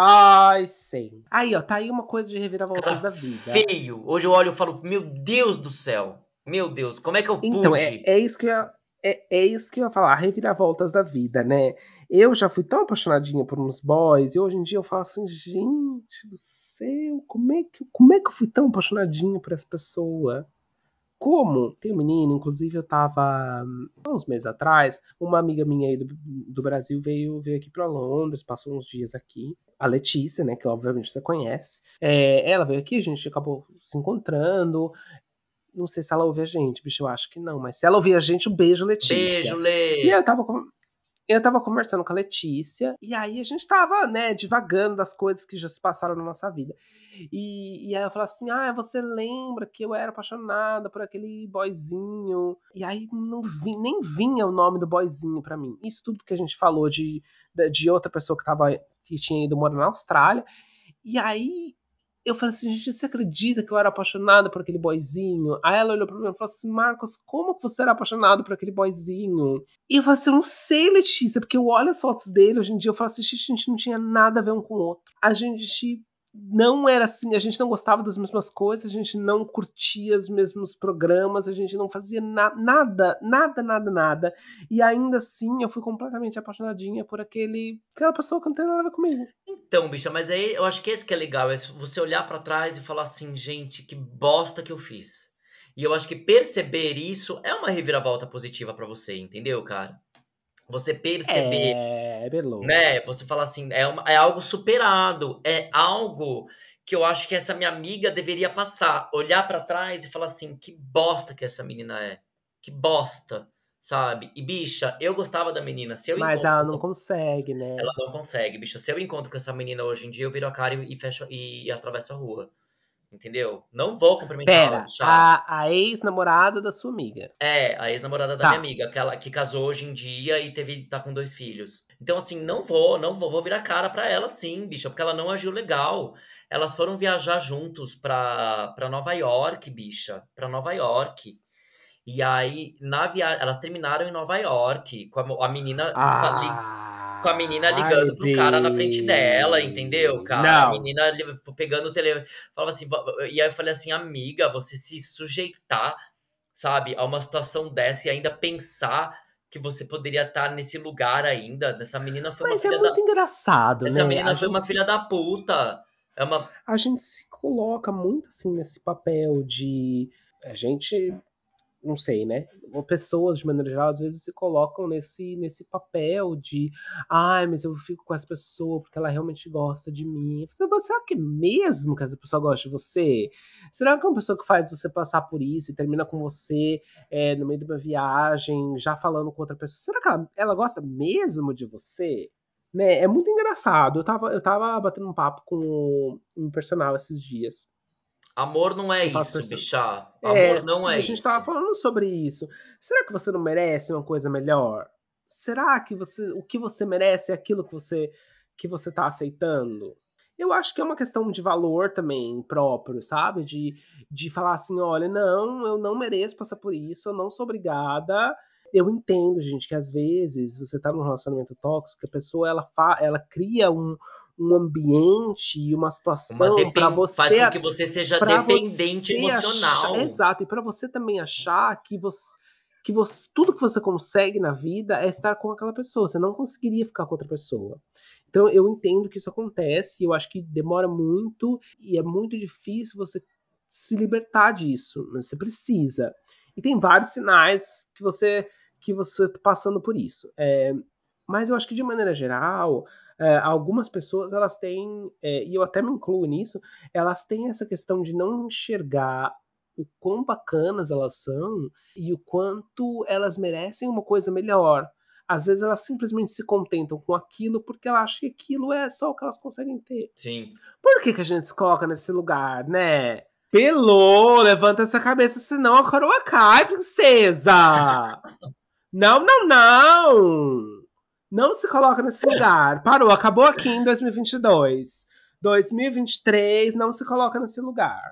Speaker 1: Ai, sei. Aí, ó, tá aí uma coisa de reviravoltas
Speaker 2: Cara
Speaker 1: da vida.
Speaker 2: feio. Hoje eu olho e falo, meu Deus do céu. Meu Deus, como é que eu
Speaker 1: Então, é,
Speaker 2: pude?
Speaker 1: é isso que eu ia, é, é isso que eu ia falar, reviravoltas da vida, né? Eu já fui tão apaixonadinha por uns boys, e hoje em dia eu falo assim, gente do céu, como é que, como é que eu fui tão apaixonadinha por essa pessoa? Como? Tem um menino, inclusive eu tava hum, há uns meses atrás, uma amiga minha aí do, do Brasil veio, veio aqui pra Londres, passou uns dias aqui. A Letícia, né, que obviamente você conhece. É, ela veio aqui, a gente acabou se encontrando. Não sei se ela ouve a gente, bicho, eu acho que não. Mas se ela ouvir a gente, um beijo,
Speaker 2: Beijo,
Speaker 1: Letícia. E
Speaker 2: Lê.
Speaker 1: eu tava, com- eu tava conversando com a Letícia, e aí a gente tava, né, divagando das coisas que já se passaram na nossa vida. E, e aí eu falei assim: ah, você lembra que eu era apaixonada por aquele boyzinho? E aí não vi, nem vinha o nome do boyzinho pra mim. Isso tudo que a gente falou de, de outra pessoa que, tava, que tinha ido morar na Austrália. E aí eu falei assim, gente, você acredita que eu era apaixonada por aquele boyzinho? Aí ela olhou pra mim e falou assim, Marcos, como que você era apaixonado por aquele boyzinho? E eu falei assim, eu não sei, Letícia, porque eu olho as fotos dele hoje em dia, eu falo assim, gente, a gente não tinha nada a ver um com o outro. A gente não era assim, a gente não gostava das mesmas coisas, a gente não curtia os mesmos programas, a gente não fazia na nada, nada, nada, nada. E ainda assim eu fui completamente apaixonadinha por aquele, aquela pessoa que não tem nada a ver comigo.
Speaker 2: Então, bicha, mas aí eu acho que esse que é legal, é você olhar pra trás e falar assim, gente, que bosta que eu fiz. E eu acho que perceber isso é uma reviravolta positiva pra você, entendeu, cara? Você perceber,
Speaker 1: É, Belô.
Speaker 2: né? Você fala assim, é, uma- é algo superado, é algo que eu acho que essa minha amiga deveria passar, olhar pra trás e falar assim, que bosta que essa menina é, que bosta, sabe? E bicha, eu gostava da menina, se eu
Speaker 1: Mas
Speaker 2: encontro com
Speaker 1: ela
Speaker 2: essa,
Speaker 1: não consegue,
Speaker 2: ela
Speaker 1: né?
Speaker 2: não consegue, bicha, se eu encontro com essa menina hoje em dia, eu viro a cara e, e fecho e, atravesso a rua, entendeu? Não vou cumprimentá-la,
Speaker 1: Pera,
Speaker 2: bicha.
Speaker 1: a, a ex-namorada da sua amiga.
Speaker 2: É, a ex-namorada da minha
Speaker 1: Tá.
Speaker 2: amiga, aquela que casou hoje em dia e teve tá com dois filhos. Então, assim, não vou, não vou, vou virar cara pra ela sim, bicha, porque ela não agiu legal. Elas foram viajar juntos pra, pra Nova York, bicha, pra Nova York. E aí, na viagem, elas terminaram em Nova York, com a, mo- a menina fali- com a menina
Speaker 1: Ai,
Speaker 2: ligando pro cara na frente dela, entendeu,
Speaker 1: B.
Speaker 2: cara? A
Speaker 1: Não.
Speaker 2: menina li- pegando o telefone, falava assim, e aí eu falei assim, amiga, você se sujeitar, sabe, a uma situação dessa e ainda pensar que você poderia estar nesse lugar ainda. Essa menina foi uma
Speaker 1: Mas é
Speaker 2: filha da.
Speaker 1: muito engraçado,
Speaker 2: Essa
Speaker 1: né? A
Speaker 2: menina foi
Speaker 1: gente
Speaker 2: uma
Speaker 1: se,
Speaker 2: filha da puta. É uma.
Speaker 1: a gente se coloca muito assim nesse papel de. A gente não sei, né? Pessoas, de maneira geral, às vezes se colocam nesse, nesse papel de ai, mas eu fico com essa pessoa porque ela realmente gosta de mim. Você, será que é mesmo que essa pessoa gosta de você? Será que é uma pessoa que faz você passar por isso e termina com você é, no meio de uma viagem, já falando com outra pessoa? Será que ela, ela gosta mesmo de você? Né? É muito engraçado. Eu tava, eu tava batendo um papo com um personal esses dias.
Speaker 2: Amor não é
Speaker 1: Eu faço
Speaker 2: isso,
Speaker 1: personal.
Speaker 2: bichá. Amor
Speaker 1: É,
Speaker 2: não
Speaker 1: e
Speaker 2: é
Speaker 1: a gente tava
Speaker 2: isso.
Speaker 1: falando sobre isso. Será que você não merece uma coisa melhor? Será que você, o que você merece é aquilo que você que você tá aceitando? Eu acho que é uma questão de valor também próprio, sabe? De, de falar assim, olha, não, eu não mereço passar por isso, eu não sou obrigada. Eu entendo, gente, que às vezes você tá num relacionamento tóxico, a pessoa ela, fa ela cria um, um ambiente e uma
Speaker 2: Uma
Speaker 1: situação para
Speaker 2: depen... Faz
Speaker 1: você
Speaker 2: com que você seja
Speaker 1: para
Speaker 2: dependente
Speaker 1: você achar,
Speaker 2: emocional.
Speaker 1: exato, e para você também achar que você que você, tudo que você consegue na vida é estar com aquela pessoa. Você não conseguiria ficar com outra pessoa. Então eu entendo que isso acontece, eu acho que demora muito e é muito difícil você se libertar disso, mas você precisa. E tem vários sinais que você que você está passando por isso. É, mas eu acho que de maneira geral, é, algumas pessoas elas têm, é, e eu até me incluo nisso, elas têm essa questão de não enxergar o quão bacanas elas são e o quanto elas merecem uma coisa melhor. Às vezes elas simplesmente se contentam com aquilo porque elas acham que aquilo é só o que elas conseguem ter.
Speaker 2: Sim.
Speaker 1: Por que, que a gente se coloca nesse lugar, né? Pelô, levanta essa cabeça, senão a coroa cai, princesa! Não, não, não! Não se coloca nesse lugar. Parou, acabou aqui em dois mil e vinte e dois. dois mil e vinte e três, não se coloca nesse lugar.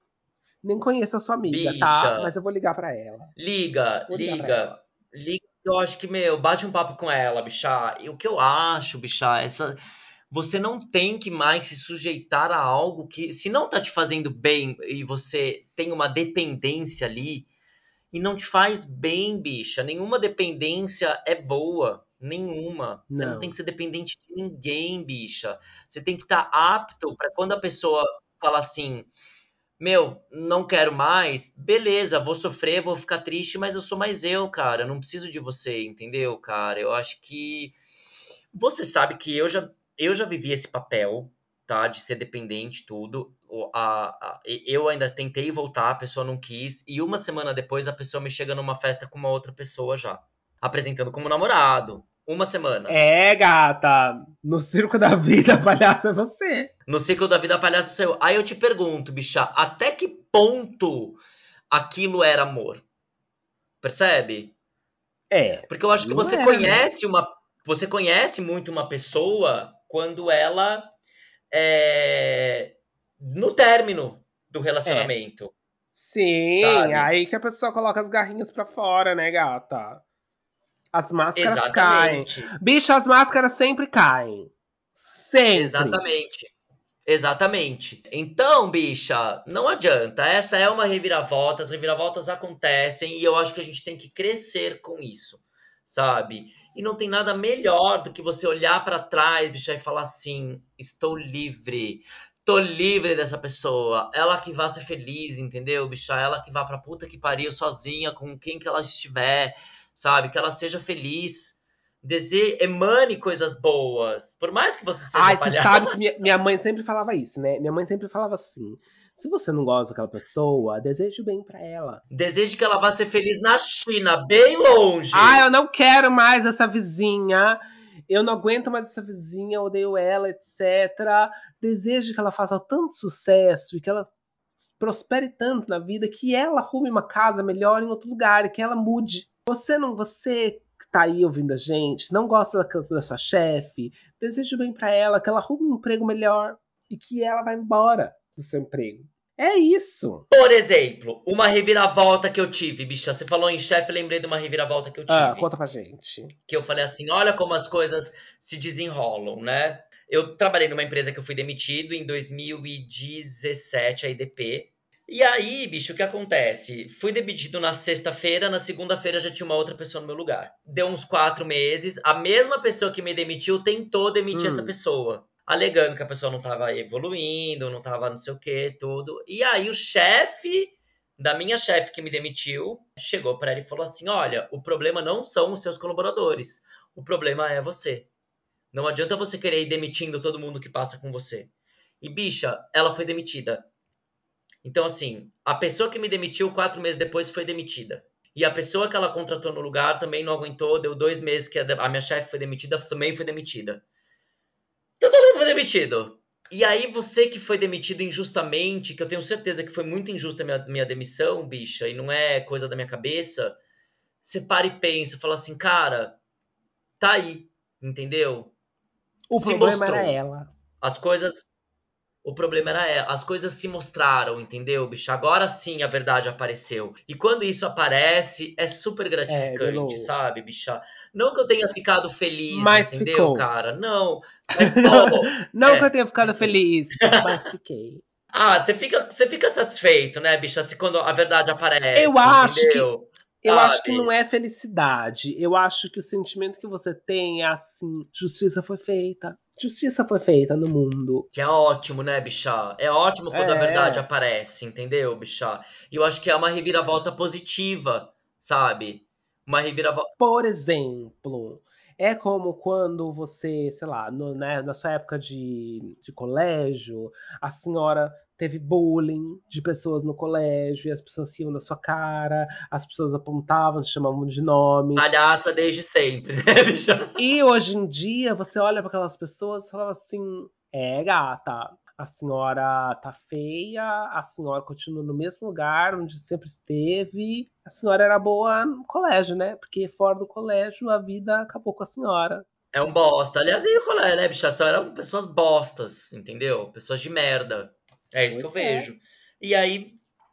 Speaker 1: Nem conheço a sua amiga,
Speaker 2: Bicha,
Speaker 1: tá? Mas eu vou ligar pra ela.
Speaker 2: liga,
Speaker 1: Vou ligar pra
Speaker 2: liga.
Speaker 1: ela.
Speaker 2: Liga, eu acho que, meu, bate um papo com ela, bichá. E o que eu acho, bichá, essa. Você não tem que mais se sujeitar a algo que, se não tá te fazendo bem e você tem uma dependência ali, e não te faz bem, bicha. Nenhuma dependência é boa. Nenhuma. Você não tem que
Speaker 1: Não.
Speaker 2: ser dependente de ninguém, bicha. Você tem que estar apto para quando a pessoa fala assim: Meu, não quero mais. Beleza, vou sofrer, vou ficar triste, mas eu sou mais eu, cara. Eu não preciso de você, entendeu, cara? Eu acho que. Você sabe que eu já, eu já vivi esse papel, tá? De ser dependente, tudo. O- a- a- e- eu ainda tentei voltar, a pessoa não quis. E uma semana depois a pessoa me chega numa festa com uma outra pessoa já. Apresentando como namorado. Uma semana.
Speaker 1: É, gata. No circo da vida, palhaço é você.
Speaker 2: No ciclo da vida palhaço saiu. Aí eu te pergunto, bicha, até que ponto aquilo era amor? Percebe?
Speaker 1: É,
Speaker 2: Porque eu acho que
Speaker 1: não
Speaker 2: você
Speaker 1: era, né?
Speaker 2: conhece uma. Você conhece muito uma pessoa quando ela é, no término do
Speaker 1: É.
Speaker 2: relacionamento,
Speaker 1: Sim,
Speaker 2: sabe?
Speaker 1: aí que a pessoa coloca as garrinhas pra fora, né, gata? As máscaras caem.
Speaker 2: Exatamente,
Speaker 1: Bicho, as máscaras sempre caem. Sempre.
Speaker 2: exatamente, exatamente. Então, bicha, não adianta. Essa é uma reviravolta, as reviravoltas acontecem e eu acho que a gente tem que crescer com isso, sabe? E não tem nada melhor do que você olhar pra trás, bicha, e falar assim: estou livre. Tô livre dessa pessoa. Ela que vá ser feliz, entendeu, bicha? Ela que vá pra puta que pariu sozinha com quem que ela estiver, sabe? Que ela seja feliz. Dese... Emane coisas boas. Por mais que você seja
Speaker 1: Ai, você
Speaker 2: palhaço.
Speaker 1: sabe que minha, minha mãe sempre falava isso, né? Minha mãe sempre falava assim: se você não gosta daquela pessoa, deseje o bem pra ela.
Speaker 2: Deseje que ela vá ser feliz na China, bem
Speaker 1: Ah,
Speaker 2: longe.
Speaker 1: eu não quero mais essa vizinha. Eu não aguento mais essa vizinha, odeio ela, etcétera. Desejo que ela faça tanto sucesso e que ela prospere tanto na vida que ela arrume uma casa melhor em outro lugar e que ela mude. Você não, você que tá aí ouvindo a gente, não gosta da, da sua chefe, desejo bem pra ela, que ela arrume um emprego melhor e que ela vá embora do seu emprego. É isso.
Speaker 2: Por exemplo, uma reviravolta que eu tive, bicha. Você falou em chefe, lembrei de uma reviravolta que eu
Speaker 1: Ah,
Speaker 2: tive.
Speaker 1: conta pra gente.
Speaker 2: Que eu falei assim, olha como as coisas se desenrolam, né? Eu trabalhei numa empresa que eu fui demitido em dois mil e dezessete, a I D P. E aí, bicho, o que acontece? Fui demitido na sexta-feira, na segunda-feira já tinha uma outra pessoa no meu lugar. Deu uns quatro meses, a mesma pessoa que me demitiu tentou demitir essa
Speaker 1: Hum.
Speaker 2: pessoa. Alegando que a pessoa não estava evoluindo, não estava não sei o que, tudo. E aí o chefe da minha chefe que me demitiu chegou para ela e falou assim: olha, o problema não são os seus colaboradores, o problema é você. Não adianta você querer ir demitindo todo mundo que passa com você. E bicha, ela foi demitida. Então, assim, a pessoa que me demitiu quatro meses depois foi demitida. E a pessoa que ela contratou no lugar também não aguentou, deu dois meses que a minha chefe foi demitida, também foi demitida. Então todo mundo foi demitido. E aí você que foi demitido injustamente, que eu tenho certeza que foi muito injusta a minha, minha demissão, bicha, e não é coisa da minha cabeça, você para e pensa, fala assim, cara, tá aí, entendeu?
Speaker 1: O
Speaker 2: Se
Speaker 1: problema era
Speaker 2: mostrou.
Speaker 1: ela.
Speaker 2: As coisas O problema era é, as coisas se mostraram, entendeu, bicho? Agora sim a verdade apareceu. E quando isso aparece, é super
Speaker 1: É,
Speaker 2: gratificante,
Speaker 1: Belo.
Speaker 2: sabe, bicha? Não que eu tenha ficado feliz,
Speaker 1: Mas
Speaker 2: entendeu,
Speaker 1: ficou.
Speaker 2: cara? Não. Mas, pô,
Speaker 1: Não que eu
Speaker 2: é,
Speaker 1: tenha
Speaker 2: é
Speaker 1: ficado
Speaker 2: isso aí.
Speaker 1: feliz, mas fiquei.
Speaker 2: Ah, você fica, você fica satisfeito, né, bicha? Se quando a verdade
Speaker 1: Eu
Speaker 2: aparece,
Speaker 1: acho que
Speaker 2: entendeu?
Speaker 1: eu acho que não
Speaker 2: Sabe?
Speaker 1: é felicidade. Eu acho que o sentimento que você tem é assim: justiça foi feita. Justiça foi feita no mundo.
Speaker 2: Que é ótimo, né, bicha? É ótimo quando a verdade
Speaker 1: É.
Speaker 2: aparece, entendeu, bicha? E eu acho que é uma reviravolta positiva, sabe? Uma reviravolta.
Speaker 1: Por exemplo, é como quando você, sei lá, no- né, na sua época de, de colégio, a senhora teve bullying de pessoas no colégio, e as pessoas iam na sua cara, as pessoas apontavam, te chamavam de nome.
Speaker 2: Palhaça desde sempre, né, bicha?
Speaker 1: E hoje em dia você olha para aquelas pessoas e fala assim: é, gata, a senhora tá feia, a senhora continua no mesmo lugar onde sempre esteve. A senhora era boa no colégio, né? Porque fora do colégio a vida acabou com a senhora.
Speaker 2: É um bosta. Aliás, e o colégio, né, bicha? Só eram pessoas bostas, entendeu? Pessoas de merda. É isso que eu
Speaker 1: Pois é.
Speaker 2: vejo. E aí,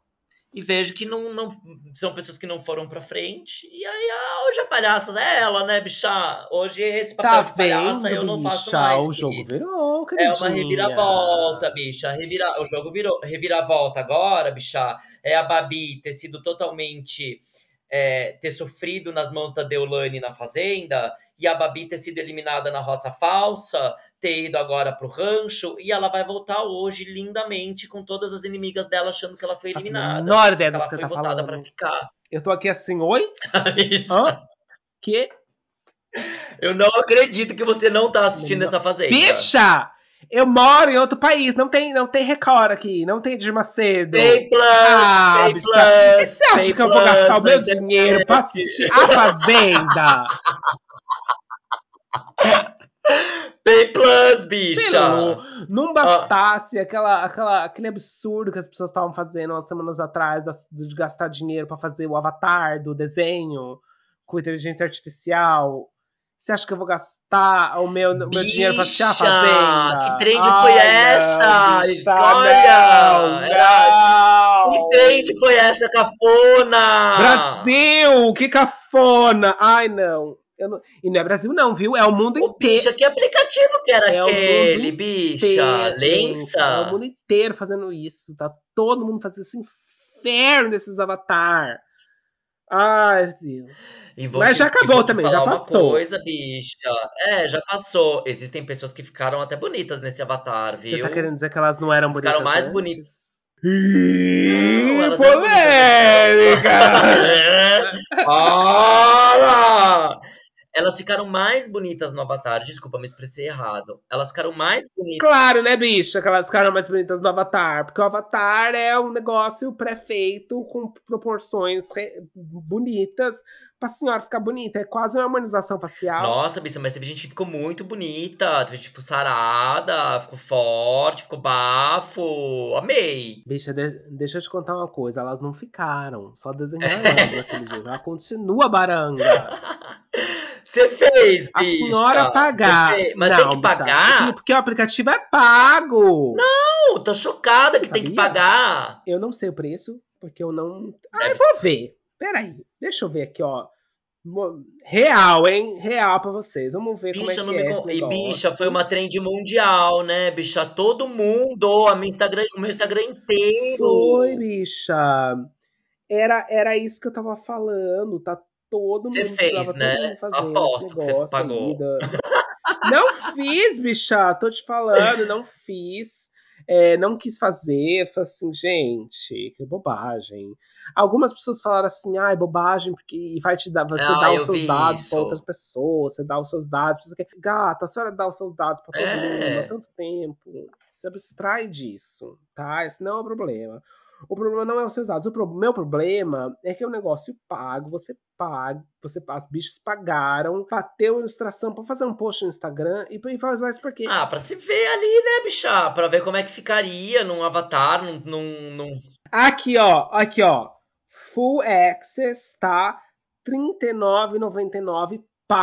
Speaker 2: e vejo que não, não são pessoas que não foram pra frente. E aí, ah, hoje a palhaça é ela, né, bicha? Hoje esse
Speaker 1: Tá
Speaker 2: papel de palhaça
Speaker 1: vendo,
Speaker 2: eu não faço
Speaker 1: bicha?
Speaker 2: mais,
Speaker 1: O jogo
Speaker 2: querida.
Speaker 1: virou,
Speaker 2: É uma reviravolta,
Speaker 1: queridinha.
Speaker 2: bicha. Revira... O jogo virou reviravolta agora, bicha. É a Babi ter sido totalmente. É, ter sofrido nas mãos da Deolane na Fazenda. E a Babi ter sido eliminada na Roça Falsa. Ter ido agora pro rancho. E ela vai voltar hoje lindamente com todas as inimigas dela achando que ela foi
Speaker 1: Faço a
Speaker 2: eliminada.
Speaker 1: menor
Speaker 2: Só
Speaker 1: ideia
Speaker 2: que
Speaker 1: do que
Speaker 2: ela
Speaker 1: você
Speaker 2: foi
Speaker 1: tá
Speaker 2: votada pra
Speaker 1: falando.
Speaker 2: ficar.
Speaker 1: Eu tô aqui assim, oi? Hã?
Speaker 2: Bicha,
Speaker 1: Que?
Speaker 2: eu não acredito que você não tá assistindo
Speaker 1: Menor...
Speaker 2: essa Fazenda.
Speaker 1: Bicha! Eu moro em outro país, não tem, não tem Record aqui, não tem de Macedo.
Speaker 2: Pay Plus,
Speaker 1: Ah,
Speaker 2: Pay
Speaker 1: bicha, e você
Speaker 2: Plus,
Speaker 1: acha
Speaker 2: Pay
Speaker 1: que eu vou gastar
Speaker 2: Plus
Speaker 1: o
Speaker 2: na
Speaker 1: meu dinheiro pra assistir
Speaker 2: internet.
Speaker 1: A Fazenda?
Speaker 2: Pay Plus,
Speaker 1: Pelo,
Speaker 2: bicha!
Speaker 1: não
Speaker 2: Ah,
Speaker 1: bastasse aquela, aquela, aquele absurdo que as pessoas estavam fazendo umas semanas atrás de gastar dinheiro pra fazer o avatar do desenho com inteligência artificial. Você acha que eu vou gastar o meu, o meu dinheiro pra assistir a
Speaker 2: bicha! Que
Speaker 1: Fazenda?
Speaker 2: trend foi
Speaker 1: Ai, não,
Speaker 2: essa?
Speaker 1: bicha, não,
Speaker 2: Escolha! Era... Que trend
Speaker 1: não!
Speaker 2: foi essa, cafona?
Speaker 1: Brasil, que cafona! Ai, não. Eu não. E não é Brasil, não, viu? É o mundo
Speaker 2: Ô,
Speaker 1: inteiro.
Speaker 2: bicha, que aplicativo que era
Speaker 1: É o mundo
Speaker 2: aquele, bicha?
Speaker 1: inteiro. É o
Speaker 2: Lença?
Speaker 1: mundo inteiro fazendo isso. Tá todo mundo fazendo esse inferno desses avatar. Ai,
Speaker 2: E
Speaker 1: Deus.
Speaker 2: vou
Speaker 1: Mas já
Speaker 2: te, e vou
Speaker 1: acabou
Speaker 2: te
Speaker 1: também, já
Speaker 2: falar uma
Speaker 1: passou.
Speaker 2: coisa, bicha. É, já passou. Existem pessoas que ficaram até bonitas nesse avatar,
Speaker 1: Você tá querendo
Speaker 2: viu?
Speaker 1: dizer que elas não eram
Speaker 2: Que ficaram
Speaker 1: bonitas
Speaker 2: mais bonitas.
Speaker 1: antes?
Speaker 2: Não,
Speaker 1: Ih,
Speaker 2: elas eram bonitas antes. Não.
Speaker 1: polêmica!
Speaker 2: Para! Elas elas ficaram mais bonitas no Avatar. Desculpa, me expressei errado. Elas ficaram mais bonitas.
Speaker 1: Claro, né, bicha? Que elas ficaram mais bonitas no Avatar. Porque o Avatar é um negócio pré-feito com proporções re- bonitas pra senhora ficar bonita. É quase uma harmonização facial.
Speaker 2: Nossa, Bissa, mas teve gente que ficou muito bonita. Teve gente que ficou sarada, ficou forte, ficou bafo. Amei.
Speaker 1: Bicha, de- deixa eu te contar uma coisa. Elas não ficaram. Só desenharam elas daquele jeito. Ela continua baranga.
Speaker 2: Você fez,
Speaker 1: A senhora
Speaker 2: bicha. Você
Speaker 1: pagar.
Speaker 2: fez. Mas tem que
Speaker 1: Não, bicha. Porque,
Speaker 2: pagar?
Speaker 1: porque o aplicativo é pago.
Speaker 2: Não, tô chocada
Speaker 1: Você
Speaker 2: que
Speaker 1: não
Speaker 2: tem que
Speaker 1: sabia?
Speaker 2: pagar.
Speaker 1: Eu não sei o preço, porque eu não. Ah,
Speaker 2: Deve
Speaker 1: eu
Speaker 2: ser.
Speaker 1: vou ver. Peraí, deixa eu ver aqui, ó. Mo- Real, hein? Real pra vocês. Vamos ver como é
Speaker 2: Bicha, não
Speaker 1: que
Speaker 2: me.
Speaker 1: é esse
Speaker 2: con- E, bicha, foi
Speaker 1: negócio.
Speaker 2: uma trend mundial, né, bicha? Todo mundo, a meu Instagram, o meu Instagram
Speaker 1: Foi,
Speaker 2: inteiro.
Speaker 1: bicha. Era, era isso que eu tava falando. Tá todo
Speaker 2: Você
Speaker 1: mundo,
Speaker 2: fez,
Speaker 1: tava
Speaker 2: né?
Speaker 1: todo mundo fazendo esse
Speaker 2: Aposto que você
Speaker 1: negócio aí.
Speaker 2: pagou.
Speaker 1: Da... Não fiz, bicha. Tô te falando, não fiz. É, não quis fazer. Falei assim, gente, que bobagem. Algumas pessoas falaram assim, ai, bobagem, porque vai te dar, você
Speaker 2: Ah,
Speaker 1: dá os
Speaker 2: eu
Speaker 1: seus
Speaker 2: vi
Speaker 1: dados para outras
Speaker 2: isso.
Speaker 1: pessoas, você dá os seus dados. Você quer... Gata, a senhora dá os seus dados para todo mundo há
Speaker 2: É.
Speaker 1: tanto tempo. Você abstrai disso, tá? Esse não é o problema. O problema não é os seus dados. O pro- meu problema é que é um negócio pago, você paga, você, as bichas pagaram pra ter uma ilustração, pra fazer um post no Instagram e pra fazer isso porque.
Speaker 2: Ah, pra se ver ali, né, bicha? Pra ver como é que ficaria num avatar, num, num, num...
Speaker 1: Aqui, ó, aqui, ó. Full Access, tá? trinta e nove e noventa e nove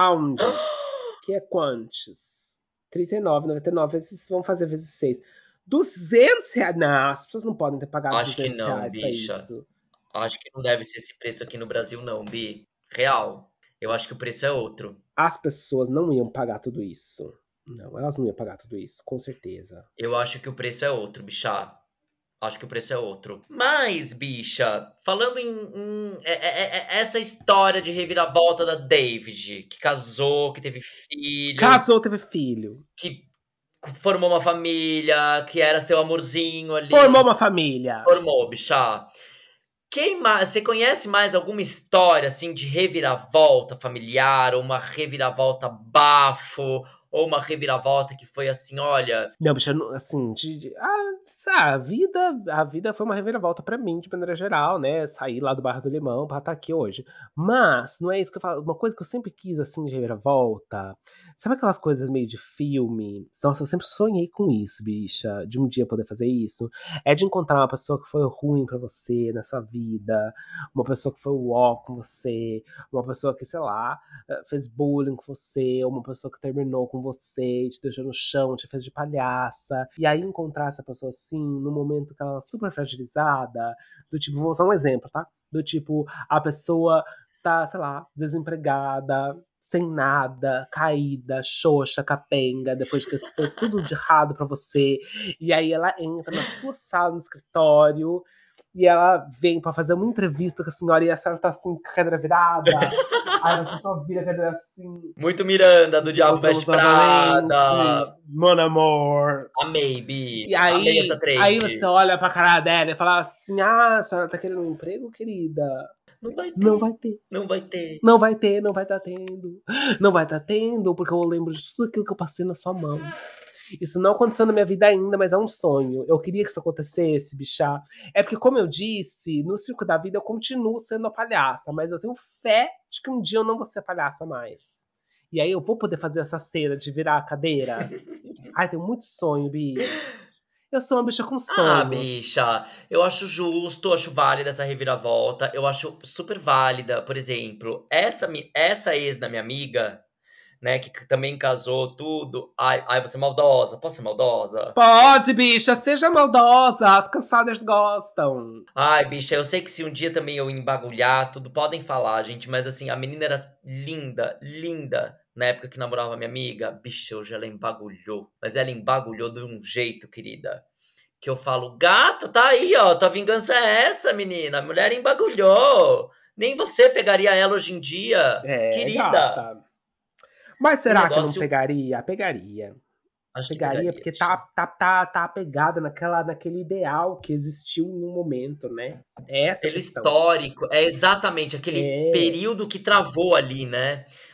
Speaker 1: pounds, que é quantos? trinta e nove e noventa e nove, vezes, vamos fazer vezes seis. duzentos reais. Não, as pessoas não podem ter pagado
Speaker 2: Acho que
Speaker 1: duzentos
Speaker 2: não,
Speaker 1: reais pra
Speaker 2: bicha.
Speaker 1: isso.
Speaker 2: Acho que não deve ser esse preço aqui no Brasil, não, Bi. Real. Eu acho que o preço é outro.
Speaker 1: As pessoas não iam pagar tudo isso. Não, elas não iam pagar tudo isso, com certeza.
Speaker 2: Eu acho que o preço é outro, bicha. Acho que o preço é outro. Mas, bicha, falando em, em- é- é- é- essa história de reviravolta da David, que casou, que teve filho,
Speaker 1: Casou, teve filho.
Speaker 2: que formou uma família, que era seu amorzinho
Speaker 1: Formou
Speaker 2: ali,
Speaker 1: uma família.
Speaker 2: formou, bicha. Quem mais, você conhece mais alguma história assim de reviravolta familiar, ou uma reviravolta bafo, ou uma reviravolta que foi assim, olha,
Speaker 1: Não, bicha, não- assim, de, de- ah, sa- a vida, a vida foi uma reviravolta pra mim, de maneira geral, né? Sair lá do bairro do Limão pra estar aqui hoje. Mas, não é isso que eu falo. Uma coisa que eu sempre quis, assim, de reviravolta. Sabe aquelas coisas meio de filme? Nossa, eu sempre sonhei com isso, bicha. De um dia poder fazer isso. É de encontrar uma pessoa que foi ruim pra você na sua vida. Uma pessoa que foi uó com você. Uma pessoa que, sei lá, eh, fez bullying com você, ou uma pessoa que terminou com você, te deixou no chão, te fez de palhaça. E aí encontrar essa pessoa assim, no momento que ela é super fragilizada, do tipo, vou usar um exemplo, tá? Do tipo, a pessoa tá, sei lá, desempregada, sem nada, caída, xoxa, capenga, depois de que foi tudo de errado pra você. E aí ela entra na sua sala, no escritório, e ela vem pra fazer uma entrevista com a senhora e a senhora tá assim, com a cadeira virada. Aí você só vira a cadeira assim,
Speaker 2: muito Miranda do
Speaker 1: nos
Speaker 2: Diabo
Speaker 1: encontramos
Speaker 2: Veste
Speaker 1: novamente,
Speaker 2: Prada.
Speaker 1: mon amor.
Speaker 2: Amei, Bi.
Speaker 1: E
Speaker 2: Amei essa
Speaker 1: aí, aí
Speaker 2: trend.
Speaker 1: você olha pra cara dela e fala assim: ah, a senhora tá querendo um emprego, querida?
Speaker 2: Não vai
Speaker 1: Não
Speaker 2: ter,
Speaker 1: vai ter.
Speaker 2: não vai ter.
Speaker 1: Não vai ter, não vai estar tá tendo. Não vai estar tá tendo, porque eu lembro de tudo aquilo que eu passei na sua mão. Isso não aconteceu na minha vida ainda, mas é um sonho. Eu queria que isso acontecesse, bichá. É porque, como eu disse, no circo da vida eu continuo sendo a palhaça, mas eu tenho fé de que um dia eu não vou ser a palhaça mais. E aí eu vou poder fazer essa cena de virar a cadeira. Ai, tenho muito sonho, Bi. Eu sou uma bicha com
Speaker 2: Ah,
Speaker 1: sonhos.
Speaker 2: bicha, eu acho justo, acho válida essa reviravolta. Eu acho super válida, por exemplo, essa, mi- essa ex da minha amiga, né, que c- também casou tudo. Ai, ai, você é maldosa. Posso ser maldosa?
Speaker 1: Pode, bicha, seja maldosa, as cansadas gostam.
Speaker 2: Ai, bicha, eu sei que se um dia também eu embagulhar, tudo podem falar, gente, mas assim, a menina era linda, linda. Na época que namorava minha amiga, bicha, hoje ela embagulhou. Mas ela embagulhou de um jeito, querida. Que eu falo, gata, tá aí, ó, tua vingança é essa, menina. A mulher embagulhou. Nem você pegaria ela hoje em dia,
Speaker 1: É,
Speaker 2: querida.
Speaker 1: gata. Mas
Speaker 2: O
Speaker 1: será que não
Speaker 2: negócio,
Speaker 1: pegaria? Pegaria.
Speaker 2: acho que
Speaker 1: Pegaria
Speaker 2: pegaria,
Speaker 1: porque tá,
Speaker 2: bicha.
Speaker 1: tá, tá, tá apegada naquela, naquele ideal que existiu em um momento, né? É essa a
Speaker 2: Pelo
Speaker 1: questão.
Speaker 2: histórico, é exatamente aquele
Speaker 1: É.
Speaker 2: período que travou ali, né?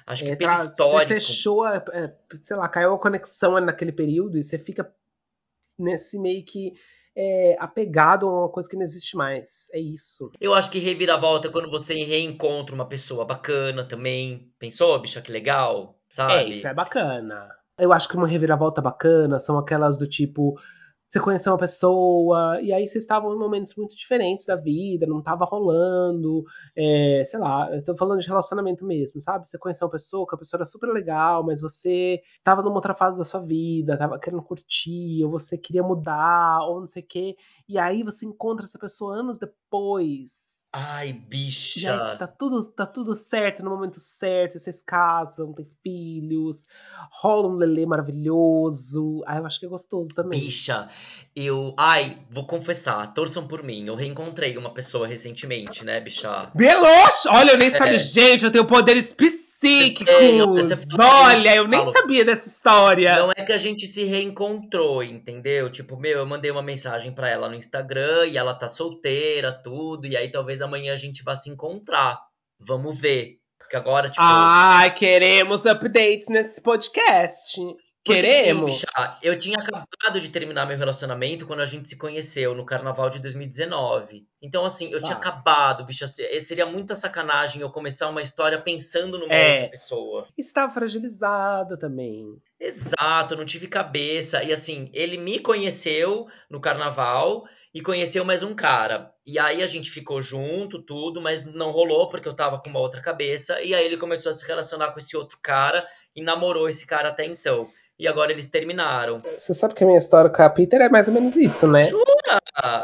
Speaker 2: Acho que
Speaker 1: É,
Speaker 2: pelo
Speaker 1: tra- você
Speaker 2: histórico.
Speaker 1: fechou, a- é, sei lá, caiu a conexão ali naquele período e você fica nesse meio que é, apegado a uma coisa que não existe mais. É isso.
Speaker 2: Eu acho que reviravolta é quando você reencontra uma pessoa bacana também. Pensou, bicha, que legal,
Speaker 1: É, isso
Speaker 2: sabe?
Speaker 1: é bacana. Eu acho que uma reviravolta bacana são aquelas do tipo, você conheceu uma pessoa, e aí vocês estavam em momentos muito diferentes da vida, não tava rolando, é, sei lá, eu tô falando de relacionamento mesmo, sabe? Você conheceu uma pessoa, que a pessoa era super legal, mas você tava numa outra fase da sua vida, tava querendo curtir, ou você queria mudar, ou não sei o quê, e aí você encontra essa pessoa anos depois.
Speaker 2: Ai,
Speaker 1: E
Speaker 2: bicha.
Speaker 1: aí tá tudo, tá tudo certo no momento certo, vocês casam, têm filhos, rola um lelê maravilhoso. Aí eu acho que é gostoso também.
Speaker 2: Bicha, eu. Ai, vou confessar, torçam por mim. Eu reencontrei uma pessoa recentemente, né, bicha?
Speaker 1: Beloche! Olha, eu nem sabia.
Speaker 2: É,
Speaker 1: Gente, eu tenho poderes
Speaker 2: você tem, olha, você
Speaker 1: psíquicos!
Speaker 2: falou pra mim isso,
Speaker 1: Olha,
Speaker 2: eu
Speaker 1: eu nem
Speaker 2: falo.
Speaker 1: sabia dessa história.
Speaker 2: Não é que a gente se reencontrou, entendeu? Tipo, meu, eu mandei uma mensagem pra ela no Instagram e ela tá solteira, tudo, e aí talvez amanhã a gente vá se encontrar. Vamos ver. Porque agora, tipo,
Speaker 1: Ai, queremos updates nesse podcast.
Speaker 2: porque assim, bicha,
Speaker 1: Queremos.
Speaker 2: eu tinha acabado de terminar meu relacionamento quando a gente se conheceu no carnaval de dois mil e dezenove. Então, assim, eu tinha
Speaker 1: Tá.
Speaker 2: acabado, bicha, se- seria muita sacanagem eu começar uma história pensando numa outra
Speaker 1: É,
Speaker 2: pessoa.
Speaker 1: estava fragilizada também.
Speaker 2: Exato, eu não tive cabeça. E assim, ele me conheceu no carnaval e conheceu mais um cara. E aí a gente ficou junto, tudo, mas não rolou porque eu tava com uma outra cabeça. E aí ele começou a se relacionar com esse outro cara e namorou esse cara até então. E agora eles terminaram.
Speaker 1: Você sabe que a minha história com a Peter é mais ou menos isso, né?
Speaker 2: Jura?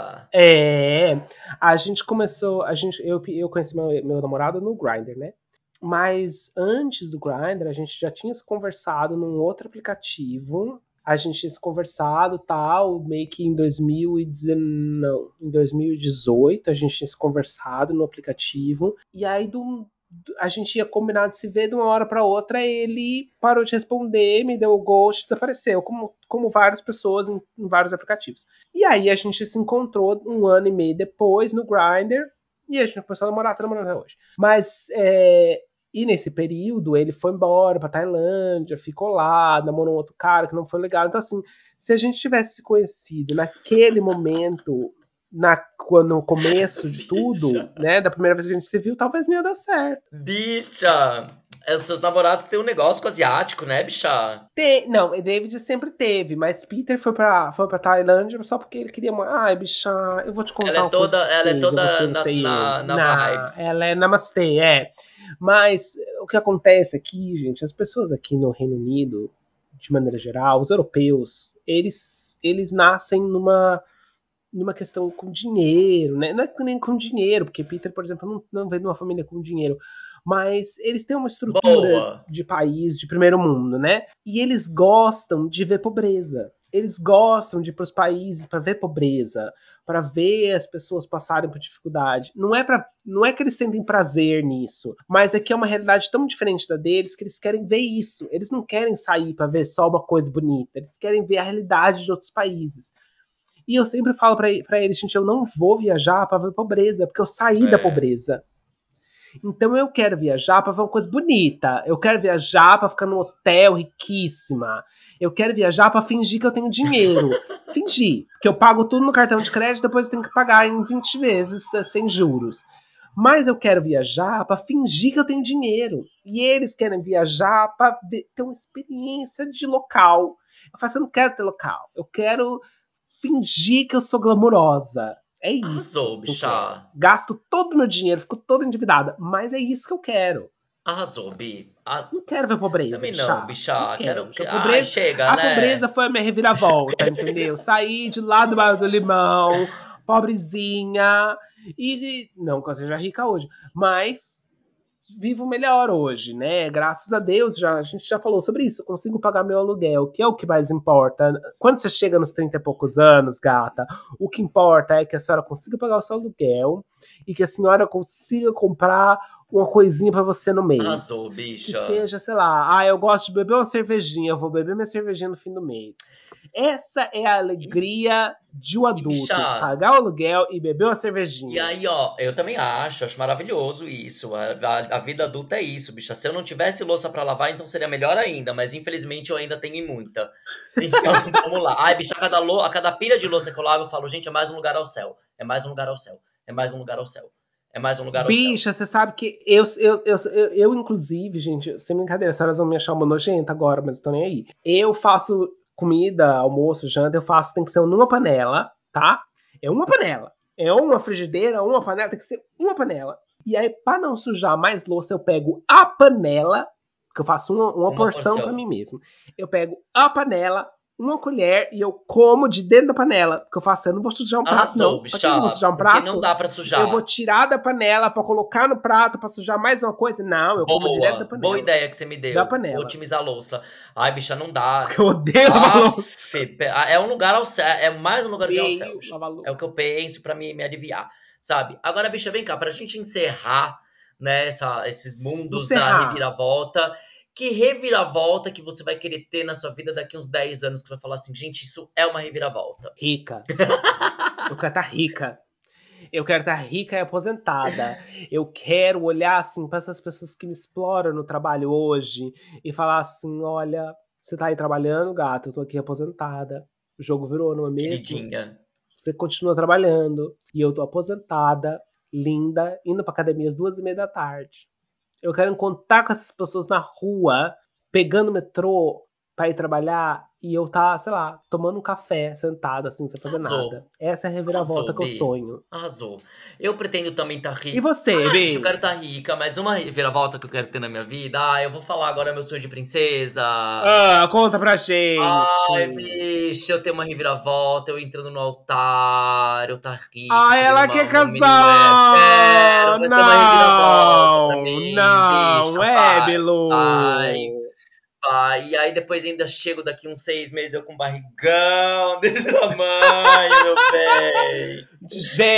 Speaker 1: É, a gente começou, a gente, eu, eu conheci meu, meu namorado no Grindr, né? Mas antes do Grindr, a gente já tinha se conversado num outro aplicativo. A gente tinha se conversado tal, meio que em dois mil e dezenove, não, em dois mil e dezoito a gente tinha se conversado no aplicativo. E aí do, a gente ia combinar de se ver de uma hora para outra, ele parou de responder, me deu o ghost, desapareceu, como, como várias pessoas em, em vários aplicativos. E aí a gente se encontrou um ano e meio depois no Grindr e a gente começou a namorar, tá namorando até hoje. Mas é, e nesse período ele foi embora pra Tailândia, ficou lá, namorou um outro cara que não foi legal. Então assim, se a gente tivesse se conhecido naquele momento, na, quando, no começo de
Speaker 2: Bicha.
Speaker 1: tudo, né, da primeira vez que a gente se viu, talvez não ia dar certo.
Speaker 2: Bicha! É, seus namorados têm um negócio com asiático, né, bicha?
Speaker 1: Tem, não, David sempre teve, mas Peter foi pra, foi pra Tailândia só porque ele queria. Ai, bicha, eu vou te
Speaker 2: Ela
Speaker 1: contar
Speaker 2: é
Speaker 1: uma coisa
Speaker 2: toda,
Speaker 1: que
Speaker 2: ela é
Speaker 1: chega, você,
Speaker 2: toda na,
Speaker 1: você e eu.
Speaker 2: na, na
Speaker 1: Na,
Speaker 2: vibes.
Speaker 1: ela é namastê, é. Mas o que acontece aqui, gente, as pessoas aqui no Reino Unido, de maneira geral, os europeus, eles, eles nascem numa, numa questão com dinheiro, né? Não é nem com dinheiro, porque Peter, por exemplo, não, não vem de uma família com dinheiro. Mas eles têm uma estrutura
Speaker 2: Boa!
Speaker 1: de país de primeiro mundo, né? E eles gostam de ver pobreza. Eles gostam de ir para os países para ver pobreza, para ver as pessoas passarem por dificuldade. Não é para, não é que eles sentem prazer nisso, mas é que é uma realidade tão diferente da deles que eles querem ver isso. Eles não querem sair para ver só uma coisa bonita. Eles querem ver a realidade de outros países. E eu sempre falo para eles, gente, eu não vou viajar para ver pobreza, porque eu saí da
Speaker 2: É.
Speaker 1: pobreza. Então eu quero viajar para ver uma coisa bonita. Eu quero viajar para ficar num hotel riquíssima. Eu quero viajar para fingir que eu tenho dinheiro. Fingir, porque eu pago tudo no cartão de crédito, depois eu tenho que pagar em vinte vezes sem juros. Mas eu quero viajar para fingir que eu tenho dinheiro. E eles querem viajar para ter uma experiência de local. Eu falo assim, eu não quero ter local. Eu quero fingir que eu sou glamurosa. É isso
Speaker 2: Arrasou,
Speaker 1: que eu quero.
Speaker 2: bicha.
Speaker 1: Gasto todo o meu dinheiro, fico toda endividada, mas é isso que eu quero.
Speaker 2: Arrasou, Bi. Ah,
Speaker 1: Não quero ver pobreza,
Speaker 2: também não,
Speaker 1: bicha. Não
Speaker 2: bicha.
Speaker 1: quero.
Speaker 2: Quero que.
Speaker 1: A
Speaker 2: Ai,
Speaker 1: pobreza,
Speaker 2: chega,
Speaker 1: a pobreza
Speaker 2: né?
Speaker 1: foi a minha reviravolta, entendeu? Saí de lá do Bairro do Limão, pobrezinha, e não que eu seja rica hoje, mas vivo melhor hoje, né? Graças a Deus, já, a gente já falou sobre isso. Eu consigo pagar meu aluguel, que é o que mais importa. Quando você chega nos trinta e poucos anos, gata, o que importa é que a senhora consiga pagar o seu aluguel e que a senhora consiga comprar uma coisinha pra você no mês.
Speaker 2: Arrasou,
Speaker 1: Que
Speaker 2: bicha.
Speaker 1: seja, sei lá, ah, eu gosto de beber uma cervejinha, eu vou beber minha cervejinha no fim do mês. Essa é a alegria de um
Speaker 2: E,
Speaker 1: adulto.
Speaker 2: bicha,
Speaker 1: Pagar o aluguel e beber uma
Speaker 2: e
Speaker 1: cervejinha.
Speaker 2: aí, ó, eu também acho, acho maravilhoso isso. A, a- a vida adulta é isso, bicha. Se eu não tivesse louça pra lavar, então seria melhor ainda, mas infelizmente eu ainda tenho muita. Então, vamos lá. Ai, bicha, a cada, lou- a cada pilha de louça que eu lavo, eu falo, gente, é mais um lugar ao céu. É mais um lugar ao céu. É mais um lugar ao céu. É mais um lugar ao céu.
Speaker 1: Bicha, você sabe que eu, eu, eu, eu, eu, inclusive, gente, sem brincadeira, as senhoras vão me achar uma nojenta agora, mas eu tô nem aí. Eu faço comida, almoço, janta, eu faço, tem que ser numa panela, tá? É uma panela. É uma frigideira, uma panela, tem que ser uma panela. E aí, pra não sujar mais louça, eu pego a panela, que eu faço uma, uma
Speaker 2: Uma
Speaker 1: porção pra
Speaker 2: porção.
Speaker 1: mim mesmo. Eu pego a panela, uma colher e eu como de dentro da panela. Porque eu faço, eu não vou sujar um prato,
Speaker 2: Arrasou,
Speaker 1: não. Pra que eu vou
Speaker 2: bicha.
Speaker 1: sujar um
Speaker 2: Porque não
Speaker 1: prato?
Speaker 2: dá pra
Speaker 1: Eu vou
Speaker 2: sujar.
Speaker 1: tirar da panela pra colocar no prato pra sujar mais uma coisa? Não, eu como direto da
Speaker 2: Boa. Boa
Speaker 1: panela.
Speaker 2: ideia que você me
Speaker 1: Da
Speaker 2: deu. Vou
Speaker 1: panela.
Speaker 2: otimizar a louça. Ai, bicha, não dá.
Speaker 1: Porque eu odeio lavar louça.
Speaker 2: Aff, pe- é um lugar ao céu. É mais um lugarzinho ao céu,
Speaker 1: Odeio
Speaker 2: bicha.
Speaker 1: lavar
Speaker 2: É o que
Speaker 1: louça.
Speaker 2: eu penso pra me, me aliviar, sabe? Agora, bicha, vem cá. Pra gente encerrar, né, essa- esses mundos da
Speaker 1: Encerrar.
Speaker 2: reviravolta. Que reviravolta que você vai querer ter na sua vida daqui uns dez anos que você vai falar assim, gente, isso é uma reviravolta.
Speaker 1: Rica. Eu quero estar rica. Eu quero estar rica e aposentada. Eu quero olhar assim para essas pessoas que me exploram no trabalho hoje e falar assim: olha, você tá aí trabalhando, gato, eu tô aqui aposentada. O jogo virou, não é mesmo?
Speaker 2: Queridinha.
Speaker 1: Você continua trabalhando e eu tô aposentada, linda, indo pra academia às duas e meia da tarde. Eu quero encontrar com essas pessoas na rua, pegando metrô pra ir trabalhar e eu tá, sei lá, tomando um café, sentada assim, sem fazer nada.
Speaker 2: Arrasou.
Speaker 1: Essa é a reviravolta
Speaker 2: Arrasou,
Speaker 1: que eu
Speaker 2: B.
Speaker 1: sonho.
Speaker 2: Arrasou. Eu pretendo também estar
Speaker 1: E
Speaker 2: rica.
Speaker 1: você,
Speaker 2: Ah, bicho, eu quero
Speaker 1: B?
Speaker 2: estar rica, mas uma reviravolta que eu quero ter na minha vida. Ah, eu vou falar agora meu sonho de princesa.
Speaker 1: Ah, conta pra
Speaker 2: Ai,
Speaker 1: gente.
Speaker 2: bicho, eu tenho uma reviravolta, eu entrando no altar, eu tá rica,
Speaker 1: Ah,
Speaker 2: querendo
Speaker 1: ela
Speaker 2: uma,
Speaker 1: quer
Speaker 2: uma mini mulher. Quero,
Speaker 1: casar!
Speaker 2: vai ser uma reviravolta pra
Speaker 1: Não,
Speaker 2: mim, bicha,
Speaker 1: não, é,
Speaker 2: vai, vai,
Speaker 1: Belu.
Speaker 2: vai. E aí depois ainda chego daqui uns seis meses eu com um barrigão desse tamanho, meu bem.
Speaker 1: De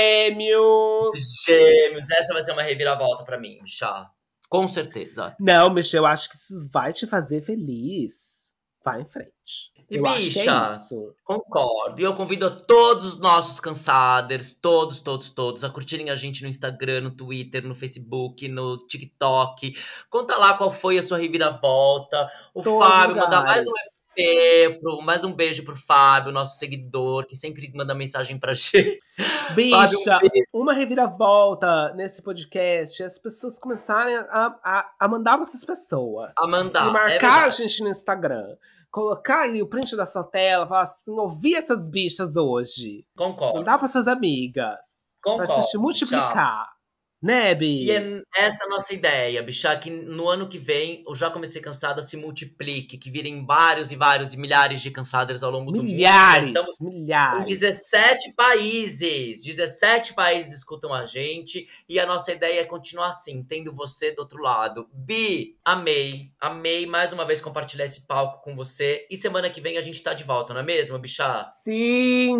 Speaker 1: gêmeos.
Speaker 2: Gêmeos, essa vai ser uma reviravolta pra mim, bicha. Com certeza.
Speaker 1: Não, Michel, eu acho que isso vai te fazer feliz. Vai em frente.
Speaker 2: E
Speaker 1: Eu acho que é
Speaker 2: bicha,
Speaker 1: isso.
Speaker 2: concordo. E eu convido a todos os nossos cansaders, todos, todos, todos, a curtirem a gente no Instagram, no Twitter, no Facebook, no TikTok. Conta lá qual foi a sua reviravolta. O
Speaker 1: Todos os
Speaker 2: Fábio, mandar mais um
Speaker 1: lugares.
Speaker 2: E P, pro, mais um beijo pro Fábio, nosso seguidor, que sempre manda mensagem pra gente. Fábio, um
Speaker 1: Bicha,
Speaker 2: beijo.
Speaker 1: uma reviravolta nesse podcast é as pessoas começarem a, a, a mandar para outras pessoas.
Speaker 2: A
Speaker 1: E
Speaker 2: mandar, é
Speaker 1: marcar a
Speaker 2: verdade.
Speaker 1: gente no Instagram. Colocar ali o print da sua tela, falar assim, ouvi essas bichas hoje. Mandar
Speaker 2: Concordo.
Speaker 1: para suas amigas. Pra gente
Speaker 2: Concordo, bicha.
Speaker 1: multiplicar. Né,
Speaker 2: E
Speaker 1: Bi?
Speaker 2: é essa a nossa ideia, bichar que no ano que vem o Já Comecei Cansada se multiplique, que virem vários e vários e milhares de cansadas ao longo do mundo, que já estamos
Speaker 1: Milhares,
Speaker 2: em
Speaker 1: milhares.
Speaker 2: dezessete países. dezessete países escutam a gente e a nossa ideia é continuar assim, tendo você do outro lado. Bi, amei, amei mais uma vez compartilhar esse palco com você. E semana que vem a gente tá de volta, não é mesmo, bichá?
Speaker 1: Sim,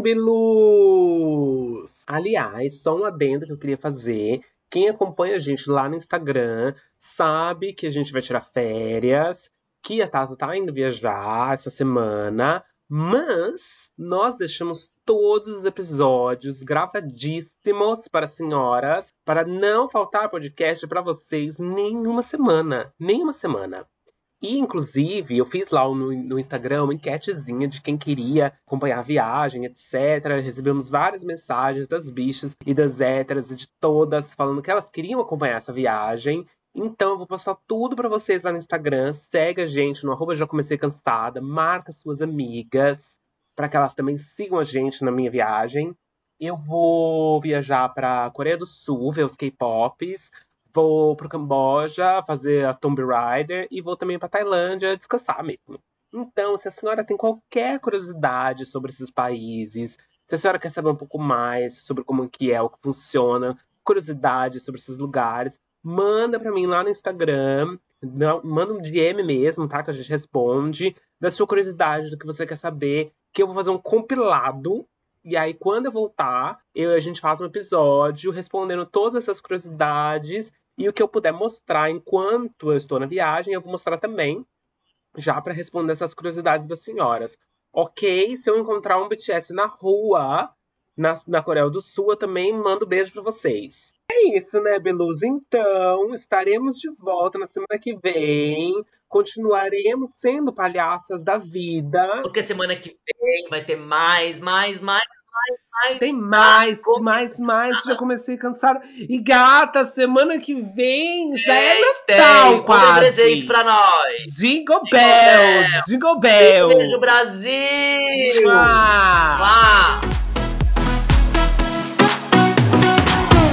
Speaker 1: Bilus! Aliás, só um adendo que eu queria fazer. Quem acompanha a gente lá no Instagram sabe que a gente vai tirar férias, que a Tata tá indo viajar essa semana, mas nós deixamos todos os episódios gravadíssimos para as senhoras, para não faltar podcast para vocês nenhuma semana. Nenhuma semana. E, inclusive, eu fiz lá no, no Instagram uma enquetezinha de quem queria acompanhar a viagem, etcétera. Recebemos várias mensagens das bichas e das héteras e de todas falando que elas queriam acompanhar essa viagem. Então, eu vou postar tudo pra vocês lá no Instagram. Segue a gente no arroba Já Comecei Cansada. Marca suas amigas para que elas também sigam a gente na minha viagem. Eu vou viajar pra Coreia do Sul, ver os K-Pops. Vou pro Camboja fazer a Tomb Raider e vou também pra Tailândia descansar mesmo. Então, se a senhora tem qualquer curiosidade sobre esses países, se a senhora quer saber um pouco mais sobre como que é, o que funciona, curiosidade sobre esses lugares, manda pra mim lá no Instagram, não- manda um D M mesmo, tá? Que a gente responde, da sua curiosidade, do que você quer saber, que eu vou fazer um compilado. E aí, quando eu voltar, eu, a gente faz um episódio respondendo todas essas curiosidades E o que eu puder mostrar enquanto eu estou na viagem, eu vou mostrar também, já para responder essas curiosidades das senhoras. Ok, se eu encontrar um B T S na rua, na, na Coreia do Sul, eu também mando beijo para vocês. É isso, né, Beluz? Então, estaremos de volta na semana que vem. Continuaremos sendo palhaças da vida.
Speaker 2: Porque semana que vem vai ter mais, mais, mais, mais, mais
Speaker 1: Tem
Speaker 2: da
Speaker 1: mais, mais,
Speaker 2: comissão.
Speaker 1: mais. Já comecei cansada. E gata, semana que vem já é
Speaker 2: Tem,
Speaker 1: Natal
Speaker 2: tem. Comprem presentes
Speaker 1: quase.
Speaker 2: pra nós.
Speaker 1: Jingle
Speaker 2: Jingle
Speaker 1: bells,
Speaker 2: Bell.
Speaker 1: jingle
Speaker 2: Beijo,
Speaker 1: bells.
Speaker 2: Brasil!
Speaker 1: Mua.
Speaker 2: Mua.